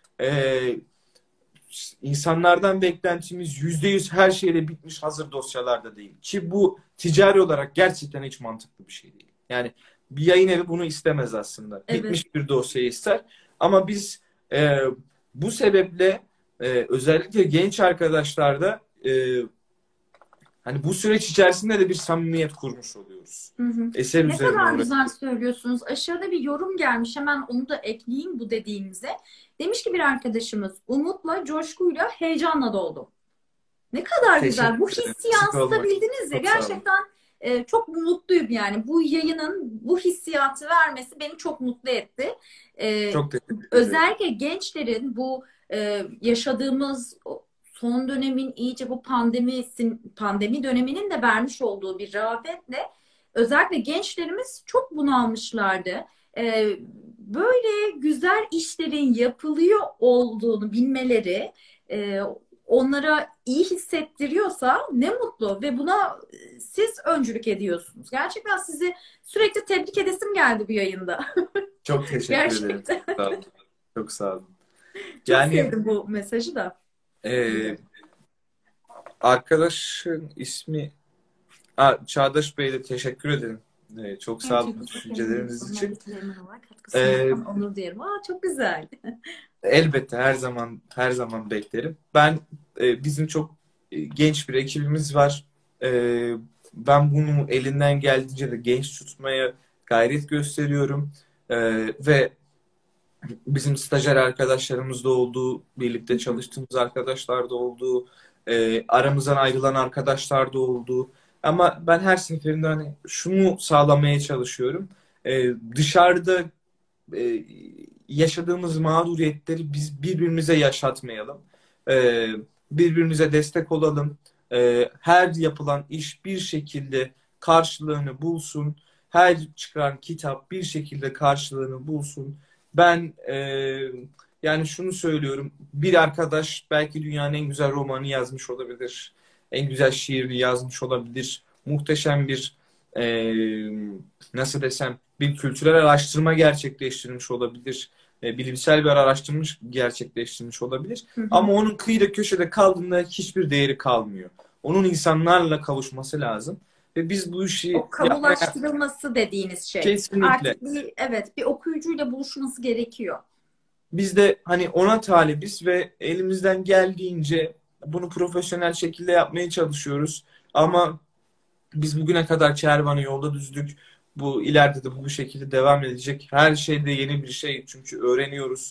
insanlardan beklentimiz %100 her şeyle bitmiş hazır dosyalarda değil. Ki bu ticari olarak gerçekten hiç mantıklı bir şey değil. Yani bir yayın evi bunu istemez aslında. Evet. Bitmiş bir dosyayı ister. Ama biz e, bu sebeple özellikle genç arkadaşlarda hani bu süreç içerisinde de bir samimiyet kurmuş oluyoruz. Hı hı. Eser Ne üzerine kadar uğraşıyoruz. güzel söylüyorsunuz. Aşağıda bir yorum gelmiş. Hemen onu da ekleyeyim bu dediğinize. Demiş ki bir arkadaşımız, umutla, coşkuyla, heyecanla doldu. Ne kadar güzel. Bu Teşekkür ederim. hissi Eksik olmayın. yansıtabildiniz ya. Çok sağ olun. Gerçekten çok mutluyum yani. Bu yayının bu hissiyatı vermesi beni çok mutlu etti. E, Çok teşekkür ederim. Özellikle gençlerin bu yaşadığımız son dönemin, iyice bu pandemi döneminin de vermiş olduğu bir rağbetle özellikle gençlerimiz çok bunalmışlardı. E, Böyle güzel işlerin yapılıyor olduğunu bilmeleri, e, onlara iyi hissettiriyorsa ne mutlu ve buna siz öncülük ediyorsunuz. Gerçekten sizi sürekli tebrik edesim geldi bu yayında. Çok teşekkür ederim. Gerçekten. Sağ olun. Çok sağ olun. Çok Yani sevdim bu mesajı da. e, Arkadaşın ismi Çağdaş Bey'e de teşekkür ederim. Çok sağ olun Gerçekten çok eminim. düşünceleriniz Bana için. bilgilerinden olarak katkı Ee, sunmaktan onur duyarım. Çok güzel. Elbette her zaman beklerim. Bizim çok genç bir ekibimiz var. Ben bunu elinden geldiğince de genç tutmaya gayret gösteriyorum. Ve bizim stajyer arkadaşlarımız da oldu, birlikte çalıştığımız arkadaşlar da oldu, aramızdan ayrılan arkadaşlar da oldu. Ama ben her seferinde hani şunu sağlamaya çalışıyorum. Dışarıda e, yaşadığımız mağduriyetleri biz birbirimize yaşatmayalım. E, Birbirimize destek olalım. Her yapılan iş bir şekilde karşılığını bulsun. Her çıkan kitap bir şekilde karşılığını bulsun. Ben yani şunu söylüyorum. Bir arkadaş belki dünyanın en güzel romanı yazmış olabilir. En güzel şiirini yazmış olabilir. Muhteşem bir nasıl desem bir kültürel araştırma gerçekleştirmiş olabilir. Bilimsel bir araştırma gerçekleştirmiş olabilir. Hı hı. Ama onun kıyıda köşede kaldığında hiçbir değeri kalmıyor. Onun insanlarla kavuşması lazım. Ve biz bu işi O yapmaya kamulaştırılması dediğiniz şey. kesinlikle. Artık bir okuyucuyla buluşması gerekiyor. Biz de hani ona talibiz ve elimizden geldiğince bunu profesyonel şekilde yapmaya çalışıyoruz. Ama biz bugüne kadar kervanı yolda düzdük. Bu ileride de bu şekilde devam edecek. Her şeyde yeni bir şey çünkü öğreniyoruz.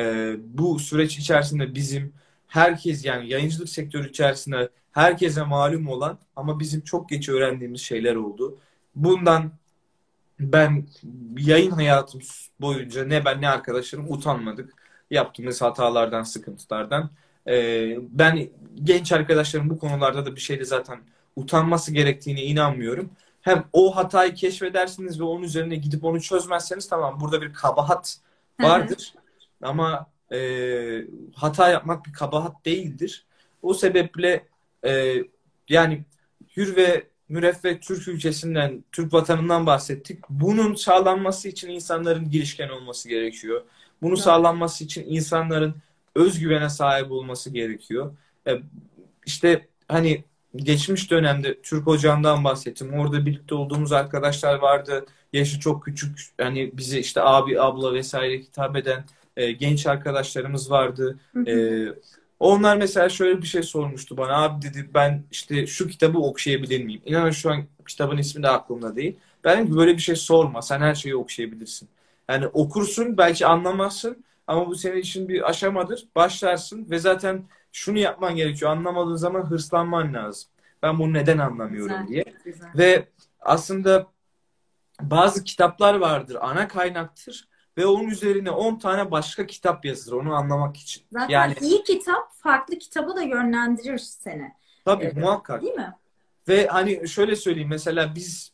Bu süreç içerisinde bizim herkes yani yayıncılık sektörü içerisinde herkese malum olan ama bizim çok geç öğrendiğimiz şeyler oldu. Bundan ben yayın hayatım boyunca ne ben ne arkadaşlarım utanmadık. Yaptığımız hatalardan, sıkıntılardan. Ben genç arkadaşlarım bu konularda da bir şeyde zaten utanması gerektiğine inanmıyorum. Hem o hatayı keşfedersiniz ve onun üzerine gidip onu çözmezseniz tamam burada bir kabahat Hı hı. vardır. Ama hata yapmak bir kabahat değildir. O sebeple e, yani hür ve müreffeh Türk ülkesinden, Türk vatanından bahsettik. Bunun sağlanması için insanların girişken olması gerekiyor. Bunu Doğru. sağlanması için insanların özgüvene sahip olması gerekiyor. E, İşte hani geçmiş dönemde Türk Ocağı'ndan bahsettim. Orada birlikte olduğumuz arkadaşlar vardı. Yaşı çok küçük. Hani bize işte abi, abla vesaire hitap eden genç arkadaşlarımız vardı. Hı hı. E, Onlar mesela şöyle bir şey sormuştu bana. Abi dedi ben işte şu kitabı okuyabilir miyim? İnanın şu an kitabın ismi de aklımda değil. Ben dedim ki böyle bir şey sorma. Sen her şeyi okuyabilirsin. Yani okursun belki anlamazsın ama bu senin için bir aşamadır. Başlarsın ve zaten şunu yapman gerekiyor. Anlamadığın zaman hırslanman lazım. Ben bunu neden anlamıyorum Güzel, diye. güzel. Ve aslında bazı kitaplar vardır. Ana kaynaktır. Ve onun üzerine 10 tane başka kitap yazılır onu anlamak için. Zaten Yani iyi kitap farklı kitaba da yönlendirir seni. tabii Ee, muhakkak. Değil mi? Ve hani şöyle söyleyeyim mesela biz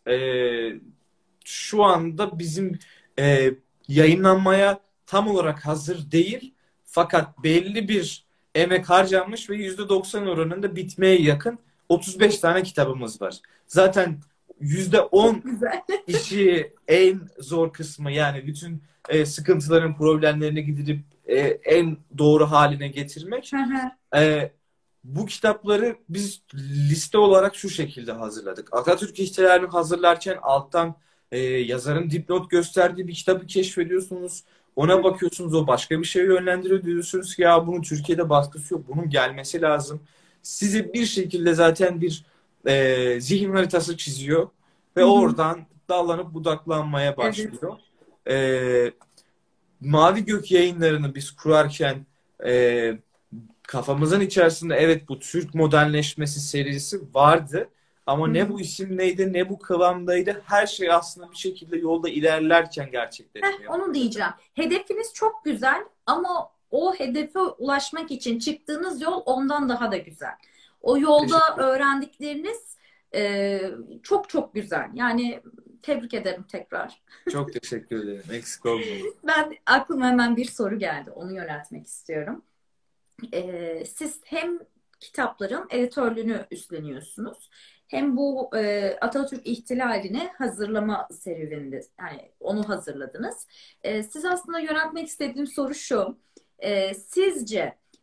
şu anda bizim e, yayınlanmaya tam olarak hazır değil fakat belli bir emek harcanmış ve %90 oranında bitmeye yakın 35 tane kitabımız var. Zaten %10 Çok güzel. işi en zor kısmı yani bütün sıkıntıların problemlerini giderip en doğru haline getirmek. Hı hı. E, Bu kitapları biz liste olarak şu şekilde hazırladık. Atatürk İhtilalini hazırlarken alttan yazarın dipnot gösterdiği bir kitabı keşfediyorsunuz. Ona bakıyorsunuz o başka bir şeye yönlendiriyor. Diyorsunuz ki ya bunun Türkiye'de baskısı yok. Bunun gelmesi lazım. Sizi bir şekilde zaten bir zihin haritası çiziyor. Hı Ve hı. oradan dallanıp budaklanmaya Evet. başlıyor. E, Mavi Gök yayınlarını biz kurarken e, kafamızın içerisinde evet bu Türk modernleşmesi serisi vardı. Ama Hı ne hı. bu isimdeydi ne bu kıvamdaydı. Her şey aslında bir şekilde yolda ilerlerken gerçekleşmeye Onu başladı. diyeceğim. Hedefiniz çok güzel ama o hedefe ulaşmak için çıktığınız yol ondan daha da güzel. O yolda Teşekkür, öğrendikleriniz çok çok güzel. Yani tebrik ederim tekrar. çok teşekkür ederim. Eksik olmayın. Aklıma hemen bir soru geldi. Onu yöneltmek istiyorum. Siz hem kitapların editörlüğünü üstleniyorsunuz. Hem bu Atatürk İhtilali'ni hazırlama serüveninde yani onu hazırladınız. Siz aslında yöneltmek istediğim soru şu. Sizce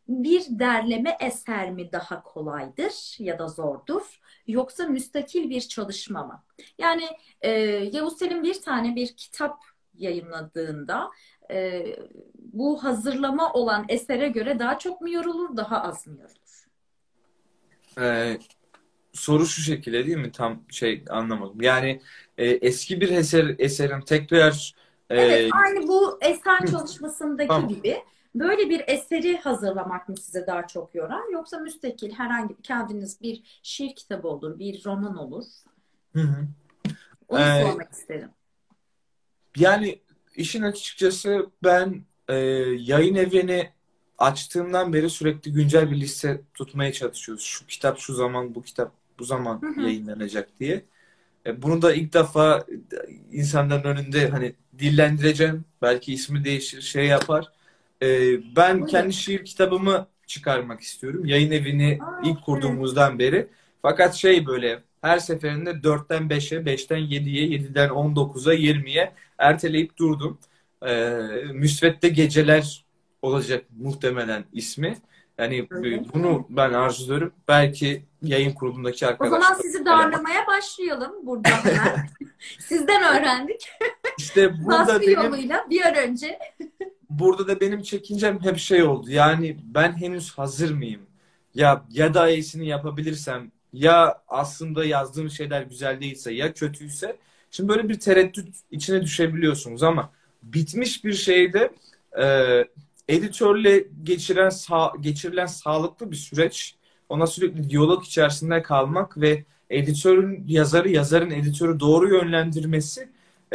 bir derleme eser mi daha kolaydır ya da zordur? Yoksa müstakil bir çalışma mı? Yani Yavuz Selim bir tane bir kitap yayınladığında e, bu hazırlama olan esere göre daha çok mu yorulur, daha az mı yorulur? Ee, Soru şu şekilde değil mi? Tam şey anlamadım. Yani eski bir eserin tekrar Evet, e, aynı bu eser hı, çalışmasındaki tamam. gibi böyle bir eseri hazırlamak mı size daha çok yorar, yoksa müstakil herhangi bir kendiniz bir şiir kitabı olur, bir roman olur. Hı hı. Onu Ee, sormak isterim. Yani işin açıkçası ben yayın evini açtığımdan beri sürekli güncel bir liste tutmaya çalışıyoruz. Şu kitap şu zaman, bu kitap bu zaman Hı hı. yayınlanacak diye. Bunu da ilk defa insanların önünde hani dillendireceğim. Belki ismi değişir, şey yapar. Ben kendi Buyurun. şiir kitabımı çıkarmak istiyorum. Yayın evini Aa, ilk evet. kurduğumuzdan beri. Fakat şey böyle her seferinde 4'ten 5'e, 5'ten 7'ye, 7'den 19'a, 20'ye erteleyip durdum. Müsvedde Geceler olacak muhtemelen ismi. Yani Öyle mi? bunu ben arzuluyorum. Belki yayın kurulundaki O zaman arkadaşlar sizi kaleme. darlamaya başlayalım burada hemen. Sizden öğrendik. İşte Baskı yoluyla bir an önce. burada da benim çekincem hep şey oldu. Yani ben henüz hazır mıyım? Ya daha iyisini yapabilirsem, ya aslında yazdığım şeyler güzel değilse, ya kötüyse. Şimdi böyle bir tereddüt içine düşebiliyorsunuz ama bitmiş bir şeyde editörle geçirilen sağlıklı bir süreç, ona sürekli diyalog içerisinde kalmak ve editörün yazarı, yazarın editörü doğru yönlendirmesi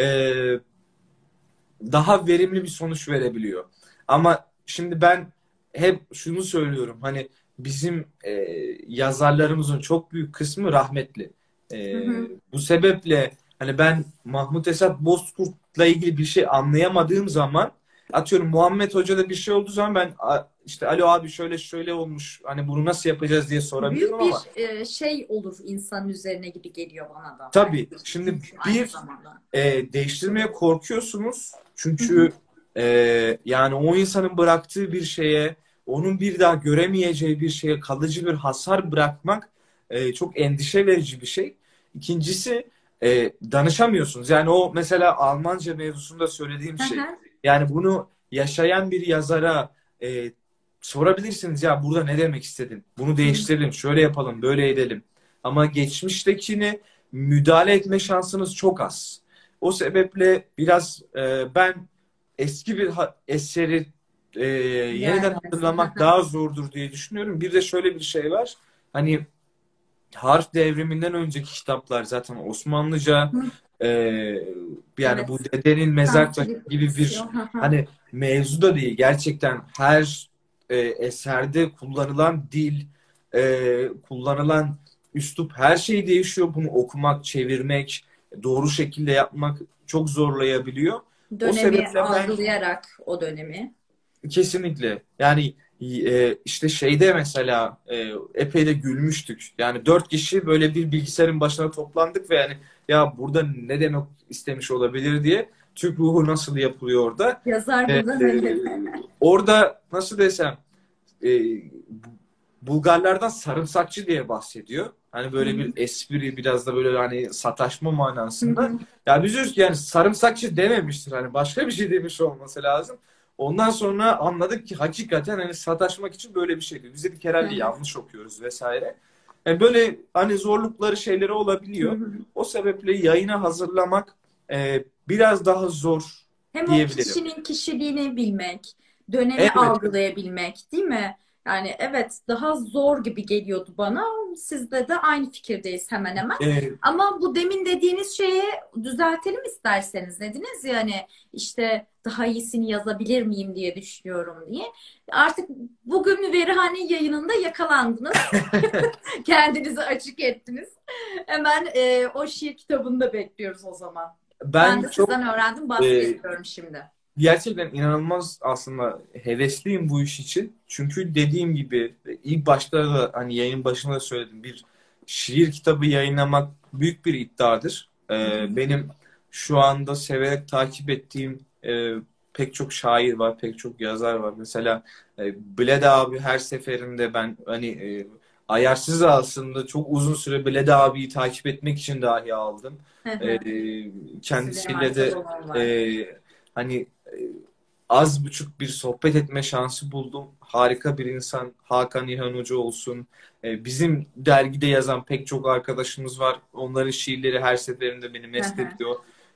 daha verimli bir sonuç verebiliyor. Ama şimdi ben hep şunu söylüyorum. Hani bizim yazarlarımızın çok büyük kısmı rahmetli. Hı hı. Bu sebeple hani ben Mahmut Esat Bozkurt'la ilgili bir şey anlayamadığım zaman atıyorum Muhammed Hoca'da bir şey olduğu zaman ben işte alo abi şöyle şöyle olmuş. Hani bunu nasıl yapacağız diye sorabiliyorum Büyük ama bir şey olur insanın üzerine gibi geliyor bana da. tabii Bir şimdi yük aynı bir zamanda. değiştirmeye korkuyorsunuz. Hı hı. Çünkü yani o insanın bıraktığı bir şeye, onun bir daha göremeyeceği bir şeye kalıcı bir hasar bırakmak çok endişe verici bir şey. İkincisi danışamıyorsunuz. Yani o mesela Almanca mevzusunda söylediğim Hı şey. hı. Yani bunu yaşayan bir yazara sorabilirsiniz ya burada ne demek istedin? Bunu Hı hı. değiştirelim, şöyle yapalım, böyle edelim. Ama geçmiştekini müdahale etme şansınız çok az. O sebeple biraz ben eski bir eseri yeniden Değerlendirsin. Hı hatırlamak hı. daha zordur diye düşünüyorum. Bir de şöyle bir şey var. Hani harf devriminden önceki kitaplar zaten Osmanlıca Hı. e, yani bu Evet. dedenin mezar taşı Sanskrit gibi bir istiyor. Hı hı. hani mevzu da değil. Gerçekten her eserde kullanılan dil, kullanılan üslup her şey değişiyor. Bunu okumak, çevirmek, doğru şekilde yapmak çok zorlayabiliyor. O Dönemi sebeple ben algılayarak o dönemi. kesinlikle. Yani işte şeyde mesela epey de gülmüştük. Yani 4 kişi böyle bir bilgisayarın başına toplandık ve yani ya burada ne demek istemiş olabilir diye Türk ruhu nasıl yapılıyor orada. Yazar E, burada ne e, dedi? Orada nasıl desem e, Bulgarlardan sarımsakçı diye bahsediyor. Hani Hı böyle hı. bir espri biraz da böyle hani sataşma Hı manasında. hı. Ya biz diyoruz ki yani sarımsakçı dememiştir. Hani başka bir şey demiş olması lazım. Ondan sonra anladık ki hakikaten hani sataşmak için böyle bir şey diyor. Biz dedik Hı herhalde hı. yanlış okuyoruz vesaire. Yani böyle hani zorlukları şeyleri Hı olabiliyor. hı. O sebeple yayına hazırlamak biraz daha zor Hem o diyebilirim. kişinin kişiliğini bilmek, dönemi Evet. algılayabilmek, değil mi? Yani evet, daha zor gibi geliyordu bana. Sizde de aynı fikirdeyiz hemen hemen. e, Ama bu demin dediğiniz şeye düzeltelim isterseniz. Dediniz ya hani işte daha iyisini yazabilir miyim diye düşünüyorum diye. Artık bugün Verihane yayınında yakalandınız. Kendinizi açık ettiniz. Hemen o şiir kitabını da bekliyoruz o zaman. Ben ben de çok sizden öğrendim, baskı e, yapıyorum şimdi. gerçekten inanılmaz aslında hevesliyim bu iş için. Çünkü dediğim gibi ilk başta da hani yayın başında da söyledim. Bir şiir kitabı yayınlamak büyük bir iddiadır. Hı hı. Benim şu anda severek takip ettiğim pek çok şair var, pek çok yazar var. Mesela Bled abi her seferinde ben hani ayarsız aslında çok uzun süre Bled abiyi takip etmek için dahi aldım. Hı E, hı. Süleyman kendisiyle de Soylu'nun var. hani az buçuk bir sohbet etme şansı buldum. Harika bir insan. Hakan İlhan Hoca olsun. Bizim dergide yazan pek çok arkadaşımız var. Onların şiirleri her seferinde beni Hı mest hı. ediyor.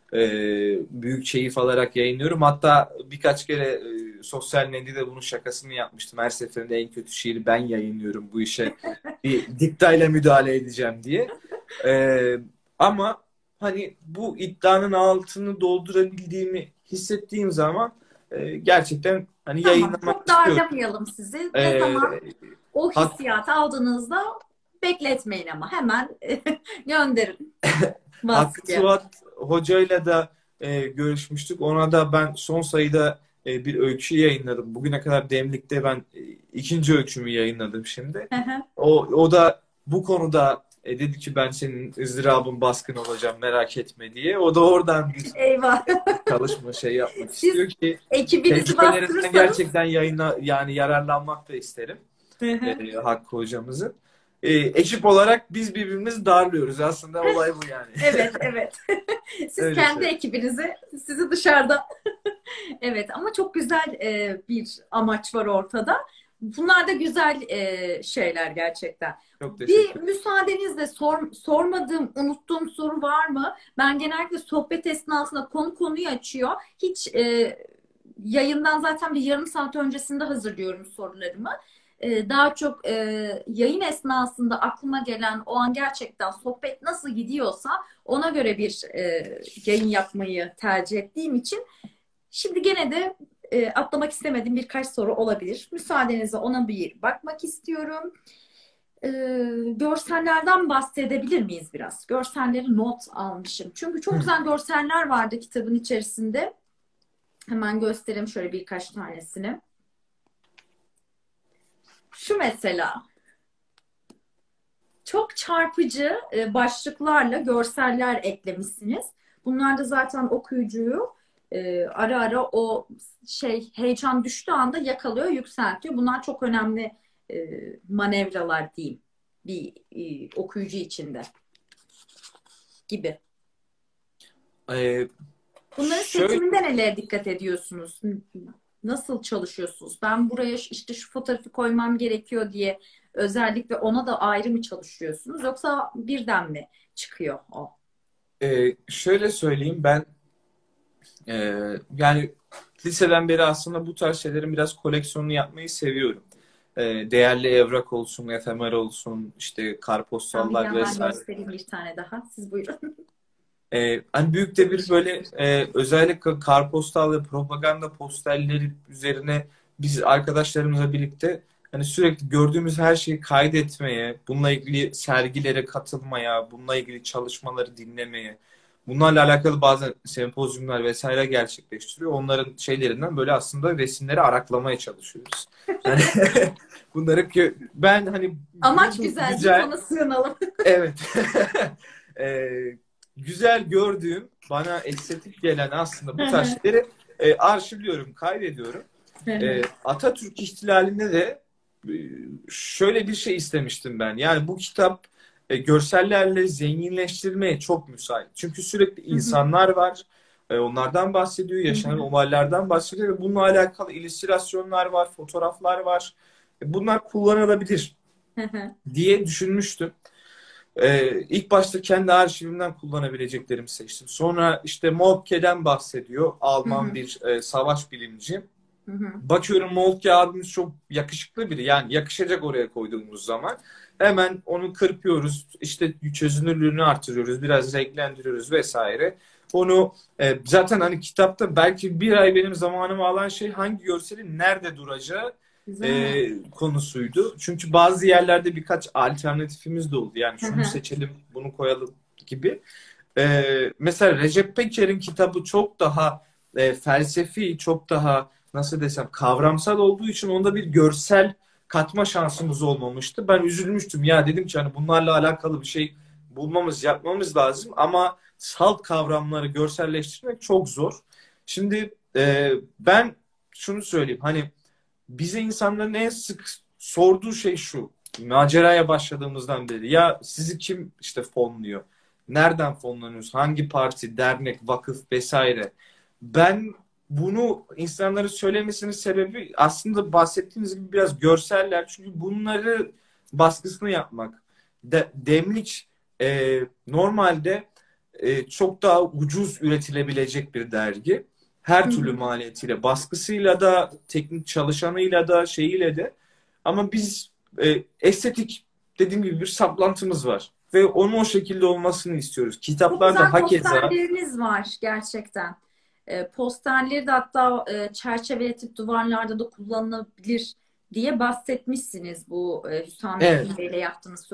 Büyük keyif alarak yayınlıyorum. Hatta birkaç kere sosyal medyada bunun şakasını yapmıştım. Her seferinde en kötü şiiri ben yayınlıyorum bu işe. Bir diktayla müdahale edeceğim diye. E, ama hani bu iddianın altını doldurabildiğimi hissettiğim zaman gerçekten hani Tamam, yayınlamak çok istiyorum. darlamayalım sizi. Ne E, zaman o hak, hissiyatı aldığınızda bekletmeyin ama hemen gönderin Hakkı baskıya. Suat Hoca'yla da görüşmüştük. Ona da ben son sayıda bir öykü yayınladım. Bugüne kadar Demlik'te ben ikinci öykümü yayınladım şimdi. Hı hı. O da bu konuda dedi ki ben senin ızdırabın baskın olacağım merak etme diye. O da oradan bir Eyvah. çalışma şey yapmak Siz istiyor ki ekibinizi tecrübelerinden bastırırsanız. gerçekten yayına yani yararlanmak da isterim. Hı hı. Hakkı hocamızın. Ekip olarak biz birbirimizi darlıyoruz. Aslında olay bu yani. Evet, evet. Siz Öyle kendi söyleyeyim. ekibinizi, sizi dışarıda. Evet, ama çok güzel bir amaç var ortada. Bunlar da güzel şeyler gerçekten. Çok Bir teşekkür ederim. müsaadenizle sormadığım, unuttuğum soru var mı? Ben genellikle sohbet esnasında konu konuyu açıyor. Hiç yayından zaten bir yarım saat öncesinde hazırlıyorum sorularımı. Daha çok yayın esnasında aklıma gelen o an gerçekten sohbet nasıl gidiyorsa ona göre bir yayın yapmayı tercih ettiğim için şimdi gene de atlamak istemediğim birkaç soru olabilir. Müsaadenizle ona bir bakmak istiyorum. E, görsellerden bahsedebilir miyiz biraz? Görselleri not almışım. Çünkü çok güzel görseller vardı kitabın içerisinde. Hemen göstereyim şöyle birkaç tanesini. Şu mesela çok çarpıcı başlıklarla görseller eklemişsiniz. Bunlar da zaten okuyucuyu ara ara o heyecan düştüğü anda yakalıyor, yükseltiyor. Bunlar çok önemli manevralar diyeyim bir okuyucu içinde gibi. Ee, Bunların şöyle seçiminde nelere dikkat ediyorsunuz? Nasıl çalışıyorsunuz? Ben buraya işte şu fotoğrafı koymam gerekiyor diye özellikle ona da ayrı mı çalışıyorsunuz? Yoksa birden mi çıkıyor o? şöyle söyleyeyim ben e, yani liseden beri aslında bu tarz şeylerin biraz koleksiyonunu yapmayı seviyorum. Değerli evrak olsun, efemer olsun, işte Ben bir kartpostallar yandan vesaire. göstereyim bir tane daha. Siz buyurun. Hani büyük de Çok bir böyle teşekkür. özellikle kartpostal ve propaganda posterleri üzerine biz arkadaşlarımızla birlikte hani sürekli gördüğümüz her şeyi kaydetmeye, bununla ilgili sergilere katılmaya, bununla ilgili çalışmaları dinlemeye, bunlarla alakalı bazı sempozyumlar vesaire gerçekleştiriyor. Onların şeylerinden böyle aslında resimleri araklamaya çalışıyoruz. Yani bunları ben hani Amaç buldum güzel deyip güzel. ona sığınalım. Evet. Güzel gördüğüm, bana estetik gelen aslında bu tarz şeyleri arşivliyorum, kaydediyorum. Atatürk ihtilalinde de e, şöyle bir şey istemiştim ben. Yani bu kitap görsellerle zenginleştirmeye çok müsait. Çünkü sürekli insanlar var. Onlardan bahsediyor, yaşanan olaylardan bahsediyor ve bununla alakalı illüstrasyonlar var, fotoğraflar var. Bunlar kullanılabilir diye düşünmüştüm. İlk başta kendi arşivimden kullanabileceklerimi seçtim. Sonra işte Moltke'den bahsediyor. Alman bir savaş bilimci. Bakıyorum Moltke abimiz çok yakışıklı biri. Yani yakışacak oraya koyduğumuz zaman. Hemen onu kırpıyoruz. İşte çözünürlüğünü artırıyoruz. Biraz renklendiriyoruz vesaire. Onu zaten hani kitapta belki bir ay benim zamanımı alan şey hangi görselin nerede duracağı Güzel. konusuydu. Çünkü bazı yerlerde birkaç alternatifimiz de oldu. Yani şunu seçelim, bunu koyalım gibi. Mesela Recep Peker'in kitabı çok daha felsefi, çok daha nasıl desem kavramsal olduğu için onda bir görsel katma şansımız olmamıştı. Ben üzülmüştüm. Ya dedim ki hani bunlarla alakalı bir şey bulmamız, yapmamız lazım ama salt kavramları görselleştirmek çok zor. Şimdi Ben şunu söyleyeyim. Hani bize insanların en sık sorduğu şey şu. Maceraya başladığımızdan beri. Ya sizi kim işte fonluyor? Nereden fonlanıyorsunuz? Hangi parti, dernek, vakıf vesaire? Ben bunu insanların söylemesinin sebebi aslında bahsettiğiniz gibi biraz görseller. Çünkü bunları baskısını yapmak. Demlik normalde çok daha ucuz üretilebilecek bir dergi. Hı Her türlü hı. maliyetiyle, baskısıyla da, teknik çalışanıyla da, şeyiyle de. Ama biz estetik dediğim gibi bir saplantımız var. Ve onun o şekilde olmasını istiyoruz. Çok Kitaplar da güzel hakeza. posterleriniz var gerçekten. Posterleri de hatta çerçeveletip duvarlarda da kullanılabilir diye bahsetmişsiniz bu Evet, Hüsamettin Bey ile yaptığınız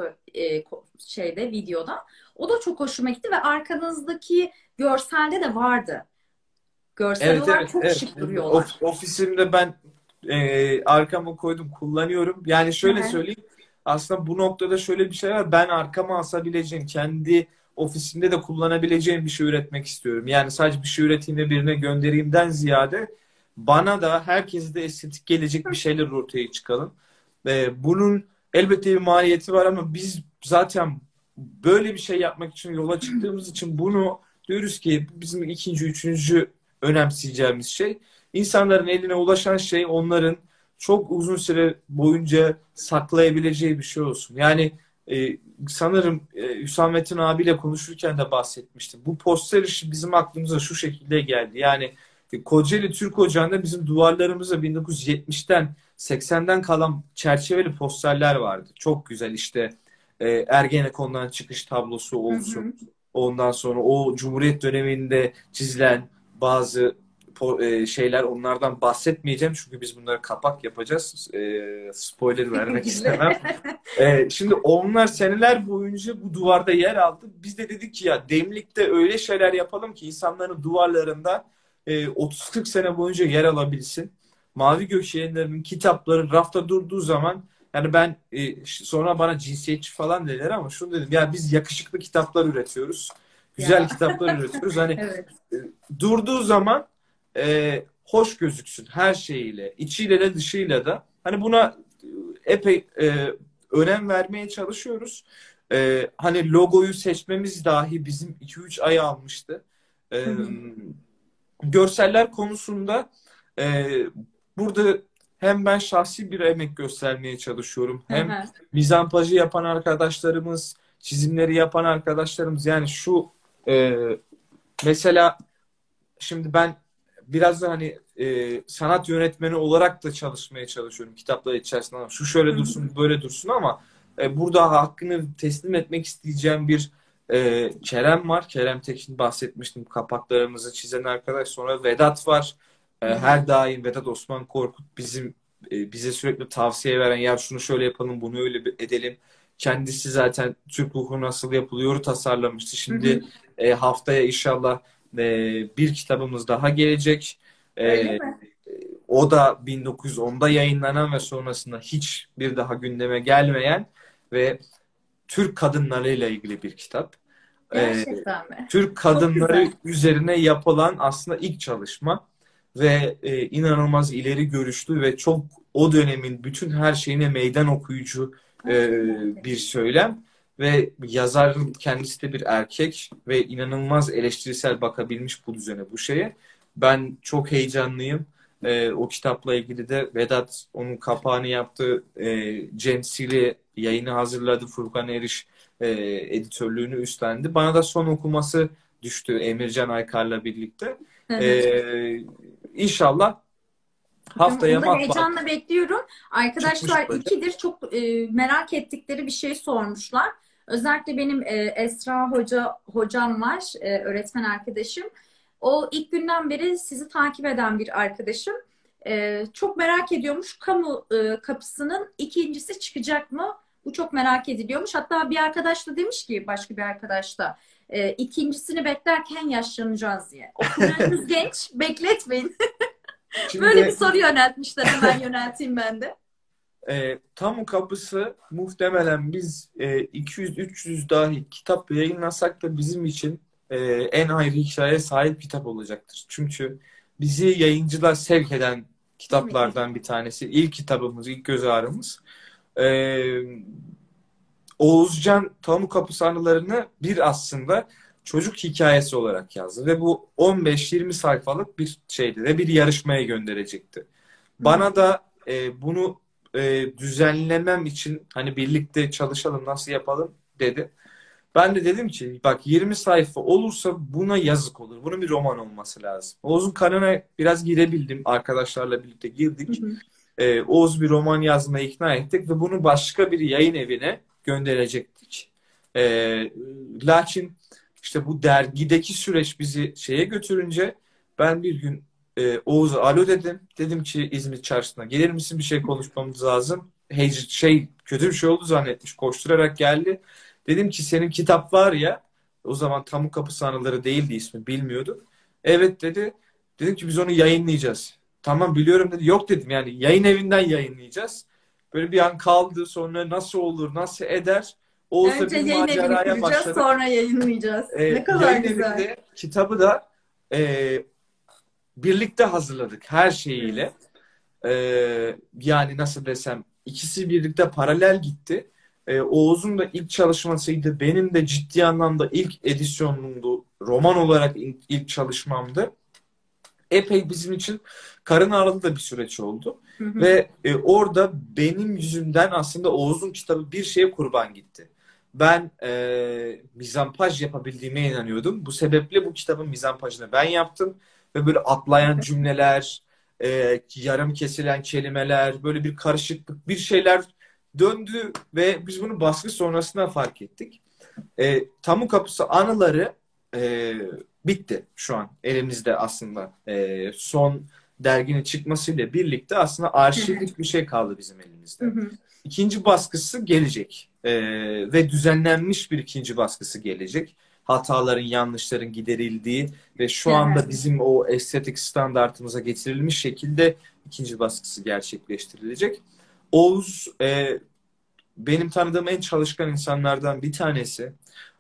şeyde, videoda. O da çok hoşuma gitti ve arkanızdaki görselde de vardı. Görsel evet, olarak evet, çok evet. şık duruyorlar. Ofisimde ben arkama koydum, kullanıyorum. Yani Hı şöyle hı. söyleyeyim. Aslında bu noktada şöyle bir şey var. Ben arkama asabileceğim, kendi ofisimde de kullanabileceğim bir şey üretmek istiyorum. Yani sadece bir şey üreteyim de birine göndereyimden ziyade bana da herkese de estetik gelecek bir şeyler ortaya çıkalım. Bunun elbette bir maliyeti var ama biz zaten böyle bir şey yapmak için yola çıktığımız için bunu diyoruz ki bizim ikinci, üçüncü önemseyeceğimiz şey insanların eline ulaşan şey onların çok uzun süre boyunca saklayabileceği bir şey olsun. Yani sanırım Hüsamettin abiyle konuşurken de bahsetmiştim. Bu poster işi bizim aklımıza şu şekilde geldi. Yani Kocaeli Türk Ocağı'nda bizim duvarlarımızda 1970'ten 80'den kalan çerçeveli posterler vardı. Çok güzel işte Ergenekon'dan çıkış tablosu Hı olsun. hı. Ondan sonra o Cumhuriyet döneminde çizilen bazı şeyler onlardan bahsetmeyeceğim. Çünkü biz bunları kapak yapacağız. Spoiler vermek Gizli. istemem. Şimdi onlar seneler boyunca bu duvarda yer aldı. Biz de dedik ki ya Demlik'te öyle şeyler yapalım ki insanların duvarlarında 30-40 sene boyunca yer alabilsin. Mavi Gök Yayınları'nın kitapları rafta durduğu zaman yani ben sonra bana cinsiyetçi falan dediler ama şunu dedim ya biz yakışıklı kitaplar üretiyoruz. Güzel Ya. kitaplar üretiyoruz. Hani Evet. e, durduğu zaman hoş gözüksün her şeyiyle, içiyle de dışıyla da. Hani buna epey önem vermeye çalışıyoruz. Hani logoyu seçmemiz dahi bizim 2-3 ay almıştı. Hı E, hı. Görseller konusunda e, burada hem ben şahsi bir emek göstermeye çalışıyorum. Hı Hem hı. mizampajı yapan arkadaşlarımız, çizimleri yapan arkadaşlarımız yani şu e, mesela şimdi ben biraz da hani sanat yönetmeni olarak da çalışmaya çalışıyorum kitaplar içerisinde. Şu Hı şöyle hı. dursun, böyle dursun ama burada hakkını teslim etmek isteyeceğim bir Kerem var. Kerem Tekin bahsetmiştim. Kapaklarımızı çizen arkadaş. Sonra Vedat var. Hı hı. Her daim Vedat Osman Korkut bizim bize sürekli tavsiye veren ya şunu şöyle yapalım, bunu öyle edelim. Kendisi zaten Türk hukuku nasıl yapılıyor tasarlamıştı. Hı hı. Şimdi haftaya inşallah bir kitabımız daha gelecek. Öyle E, mi? O da 1910'da yayınlanan ve sonrasında hiç bir daha gündeme gelmeyen ve Türk kadınlarıyla ilgili bir kitap. E, Gerçekten mi? Türk Çok kadınları güzel. üzerine yapılan aslında ilk çalışma ve inanılmaz ileri görüşlü ve çok o dönemin bütün her şeyine meydan okuyucu Ay, çok merak bir ettim. söylem ve yazarın kendisi de bir erkek ve inanılmaz eleştirisel bakabilmiş bu düzene, bu şeye. Ben çok heyecanlıyım. O kitapla ilgili de Vedat onun kapağını yaptı. Cem Sili yayını hazırladı. Furkan Eriş editörlüğünü üstlendi. Bana da son okuması düştü Emircan Aykar'la birlikte. Hı hı. İnşallah haftaya Onu da matbaa heyecanla bekliyorum. çıkmış Arkadaşlar olacak. ikidir çok merak ettikleri bir şey sormuşlar. Özellikle benim Esra hocam var, öğretmen arkadaşım. O ilk günden beri sizi takip eden bir arkadaşım. Çok merak ediyormuş. Kamu kapısının ikincisi çıkacak mı? Bu çok merak ediliyormuş. Hatta bir arkadaş da demiş ki, başka bir arkadaş da ikincisini beklerken yaşlanacağız diye. Okurlarınız genç, bekletmeyin. Böyle bir Şimdi soru yöneltmişler. Hemen yönelteyim ben de. kamu kapısı muhtemelen biz 200-300 dahi kitap yayınlasak da bizim için en ayrı hikaye sahip kitap olacaktır. Çünkü bizi yayıncılar sevk eden Değil mi? kitaplardan bir tanesi. İlk kitabımız, ilk göz ağrımız. Ee, Oğuzcan Tamu Kapısı anılarını bir aslında çocuk hikayesi olarak yazdı ve bu 15-20 sayfalık bir şeydi ve bir yarışmaya gönderecekti. Hı hı. Bana da bunu düzenlemem için hani birlikte çalışalım nasıl yapalım dedi. Ben de dedim ki bak 20 sayfa olursa buna yazık olur. Bunun bir roman olması lazım. Oğuz'un kanına biraz girebildim. Arkadaşlarla birlikte Hı girdik. hı. Oğuz bir roman yazmaya ikna ettik ve bunu başka bir yayın evine gönderecektik. Lakin işte bu dergideki süreç bizi şeye götürünce ben bir gün Oğuz'a alo dedim. Dedim ki İzmit Çarşısı'na gelir misin? Bir şey konuşmamız lazım. Kötü bir şey oldu zannetmiş. Koşturarak geldi. Dedim ki senin kitap var ya, o zaman Tamu Kapısı Anıları değildi ismi, bilmiyorduk. Evet dedi. Dedim ki biz onu yayınlayacağız. Tamam biliyorum dedi. Yok dedim, yani yayın evinden yayınlayacağız. Böyle bir an kaldı, sonra nasıl olur nasıl eder. Oğuz'la Önce bir yayın evini maceraya kuracağız, başladık. sonra yayınlayacağız. Ne kadar Yayın güzel. evinde kitabı da e, birlikte hazırladık her şeyiyle. Evet. Yani nasıl desem, ikisi birlikte paralel gitti. Oğuz'un da ilk çalışmasıydı. Benim de ciddi anlamda ilk edisyonumdu. Roman olarak ilk çalışmamdı. Epey bizim için karın ağrılı da bir süreç oldu. Hı hı. Ve orada benim yüzümden aslında Oğuz'un kitabı bir şeye kurban gitti. Ben mizampaj yapabildiğime inanıyordum. Bu sebeple bu kitabın mizampajını ben yaptım. Ve böyle atlayan cümleler, yarım kesilen kelimeler, böyle bir karışıklık, bir şeyler döndü ve biz bunu baskı sonrasında fark ettik. Tamu Kapısı anıları e, bitti şu an elimizde aslında. Son derginin çıkmasıyla birlikte aslında arşivlik bir şey kaldı bizim Hı elimizde. hı. İkinci baskısı gelecek. Ve düzenlenmiş bir ikinci baskısı gelecek. Hataların, yanlışların giderildiği ve şu Hı hı. anda bizim o estetik standartımıza getirilmiş şekilde ikinci baskısı gerçekleştirilecek. Oğuz benim tanıdığım en çalışkan insanlardan bir tanesi.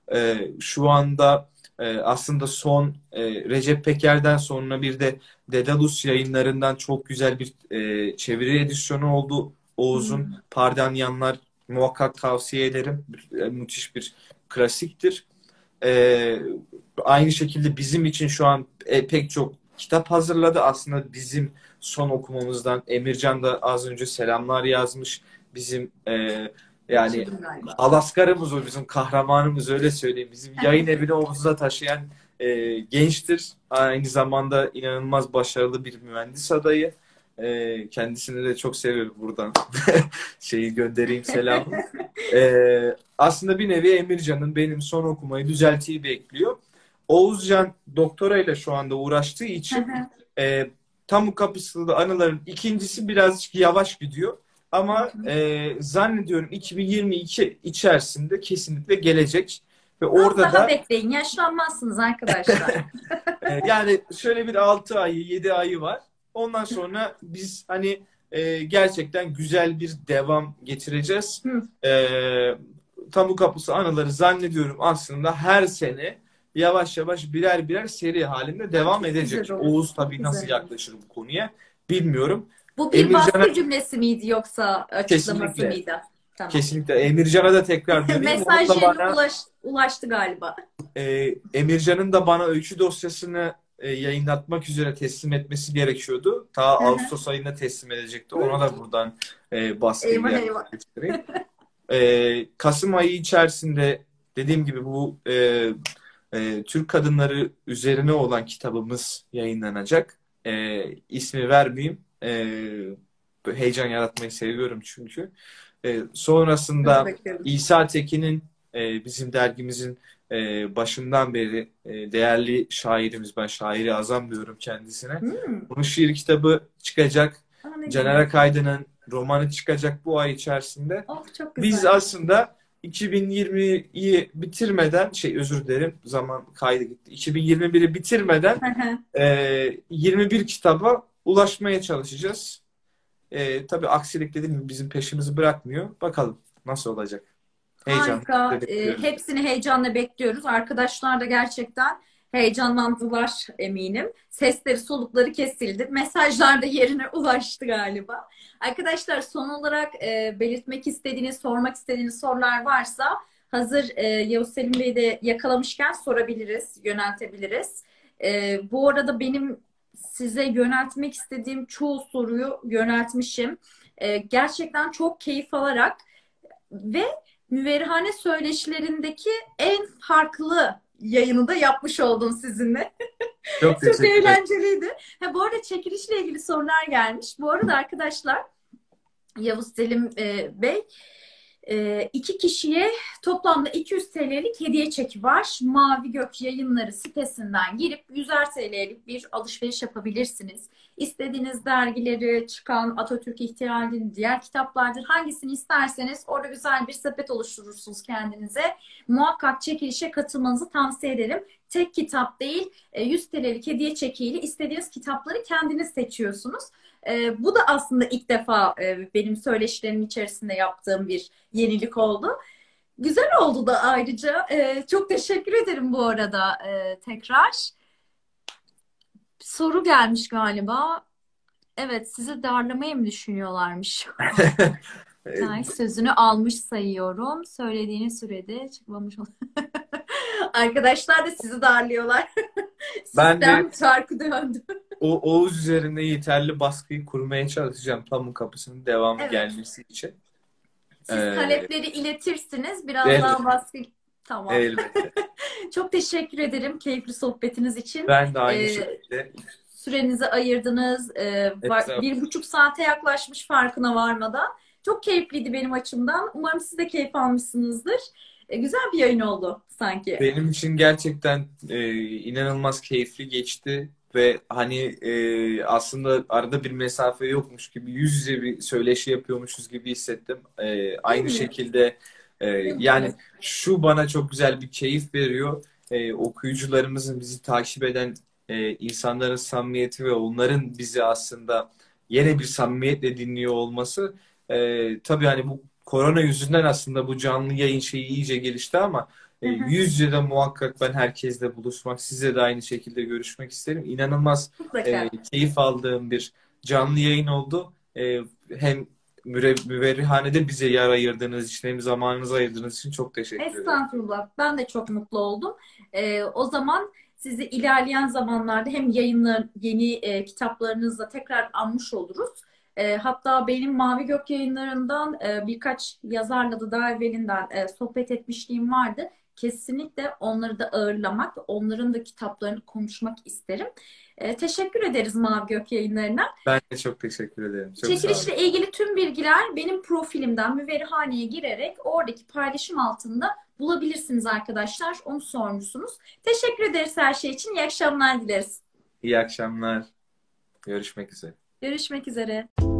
Şu anda aslında son Recep Peker'den sonra bir de Dedalus yayınlarından çok güzel bir çeviri edisyonu oldu. Hı. Oğuz'un Pardanyanlar, muhakkak tavsiye ederim. Müthiş bir klasiktir. E, Aynı şekilde bizim için şu an pek çok kitap hazırladı. Aslında bizim son okumamızdan Emircan da az önce selamlar yazmış. Bizim yani Kaçırdım galiba. Alaskar'ımız o, bizim kahramanımız, öyle söyleyeyim. Bizim yayın evini omuzda taşıyan gençtir. Aynı zamanda inanılmaz başarılı bir mühendis adayı. Kendisini de çok seviyorum buradan. Şeyi göndereyim selamı. Aslında bir nevi Emircan'ın benim son okumayı düzeltiyi bekliyor. Oğuzcan doktorayla şu anda uğraştığı Hı için hı. Tamu Kapısı'da anıların ikincisi birazcık yavaş gidiyor. Ama zannediyorum 2022 içerisinde kesinlikle gelecek. Ve Az orada daha da bekleyin. Yaşlanmazsınız arkadaşlar. yani şöyle bir 6 ayı 7 ayı var. Ondan sonra biz hani gerçekten güzel bir devam getireceğiz. Hı. Tamu Kapısı anıları zannediyorum aslında her sene yavaş yavaş birer birer seri halinde devam Çok güzel edecek. olur. Oğuz Çok tabii nasıl güzel olur. yaklaşır bu konuya bilmiyorum. Bu bir Emircan'a baskı cümlesi miydi yoksa açıklaması kesinlikle mıydı? Tamam. kesinlikle Emircan'a da tekrar döneyim. Onun Mesaj da yerine bana ulaştı galiba. Emircan'ın da bana öykü dosyasını yayınlatmak üzere teslim etmesi gerekiyordu. Ta Hı hı. Ağustos ayında teslim edecekti. Ona da buradan baskıyı Eyvah eyvah. gerçekleştireyim. Kasım ayı içerisinde dediğim gibi bu Türk kadınları üzerine olan kitabımız yayınlanacak. İsmi vermeyeyim. Heyecan yaratmayı seviyorum çünkü. Çok Sonrasında bekliyorum. İsa Tekin'in bizim dergimizin başından beri değerli şairimiz, ben şairi azam diyorum kendisine. Hmm. Bunun şiir kitabı çıkacak. Aa, ne Caner güzel. Akaydın'ın romanı çıkacak bu ay içerisinde. Oh, çok Biz güzel. aslında 2020'yi bitirmeden, özür dilerim, zaman kaydı gitti. 2021'i bitirmeden Hı hı. 21 kitaba ulaşmaya çalışacağız. Tabii aksilik dediğim gibi bizim peşimizi bırakmıyor. Bakalım nasıl olacak. Heyecanla Harika. bekliyoruz. Hepsini heyecanla bekliyoruz. Arkadaşlar da gerçekten Heyecanlandılar eminim. Sesleri, solukları kesildi. Mesajlar da yerine ulaştı galiba. Arkadaşlar son olarak belirtmek istediğiniz, sormak istediğiniz sorular varsa hazır Yavuz Selim Bey'i de yakalamışken sorabiliriz, yöneltebiliriz. Bu arada benim size yöneltmek istediğim çoğu soruyu yöneltmişim. Gerçekten çok keyif alarak ve müverrihane söyleşilerindeki en farklı yayını da yapmış oldum sizinle. Çok Çok teşekkür ederim. eğlenceliydi. Ha, bu arada çekilişle ilgili sorular gelmiş. Bu arada arkadaşlar Yavuz Selim Bey iki kişiye toplamda 200 TL'lik hediye çeki var. Mavi Gök Yayınları sitesinden girip 100'er TL'lik bir alışveriş yapabilirsiniz. İstediğiniz dergileri, çıkan Atatürk İhtiyali'nin diğer kitaplardır. Hangisini isterseniz orada güzel bir sepet oluşturursunuz kendinize. Muhakkak çekilişe katılmanızı tavsiye ederim. Tek kitap değil, 100 TL'lik hediye çekiyle istediğiniz kitapları kendiniz seçiyorsunuz. Bu da aslında ilk defa benim söyleşilerimin içerisinde yaptığım bir yenilik oldu. Güzel oldu da ayrıca. Çok teşekkür ederim bu arada tekrar. Soru gelmiş galiba. Evet, sizi darlamayı mı düşünüyorlarmış? Ay, sözünü almış sayıyorum. Söylediğiniz sürede çıkmamış olur. Arkadaşlar da sizi darlıyorlar. Ben de Sistem çarkı döndü. Oğuz üzerinde yeterli baskıyı kurmaya çalışacağım kamu kapısının devamı Evet. gelmesi için. Siz Ee, talepleri iletirsiniz. Biraz daha elbette, baskı... Tamam. elbette. Çok teşekkür ederim keyifli sohbetiniz için. Ben de aynı Ee, şekilde. Sürenizi ayırdınız. Estağfurullah. 1,5 saate yaklaşmış farkına varmadan. Çok keyifliydi benim açımdan. Umarım siz de keyif almışsınızdır. Güzel bir yayın oldu sanki. Benim için gerçekten inanılmaz keyifli geçti ve hani aslında arada bir mesafe yokmuş gibi yüz yüze bir söyleşi yapıyormuşuz gibi hissettim. Değil Aynı mi? şekilde Ne yani mutlu. şu bana çok güzel bir keyif veriyor. Okuyucularımızın bizi takip eden insanların samimiyeti ve onların bizi aslında yine bir samimiyetle dinliyor olması tabii hani bu korona yüzünden aslında bu canlı yayın şeyi iyice gelişti ama Hı hı. yüz yüze de muhakkak ben herkesle buluşmak, size de aynı şekilde görüşmek isterim. İnanılmaz Mutlaka. keyif aldığım bir canlı yayın oldu. Hem müverrihanede bize yer ayırdığınız için hem zamanınızı ayırdığınız için çok teşekkür ederim. Estağfurullah. Ben de çok mutlu oldum. O zaman sizi ilerleyen zamanlarda hem yayınlar, yeni kitaplarınızla tekrar anmış oluruz. Hatta benim Mavi Gök yayınlarından birkaç yazarla da daha evvelinden sohbet etmişliğim vardı. Kesinlikle onları da ağırlamak, onların da kitaplarını konuşmak isterim. Teşekkür ederiz Mavi Gök yayınlarına. Ben de çok teşekkür ederim. Çok sağ olun. Çekilişle ilgili tüm bilgiler benim profilimden Müverrihane'ye girerek oradaki paylaşım altında bulabilirsiniz arkadaşlar. Onu sormuşsunuz. Teşekkür ederiz her şey için. İyi akşamlar dileriz. İyi akşamlar. Görüşmek üzere. Görüşmek üzere.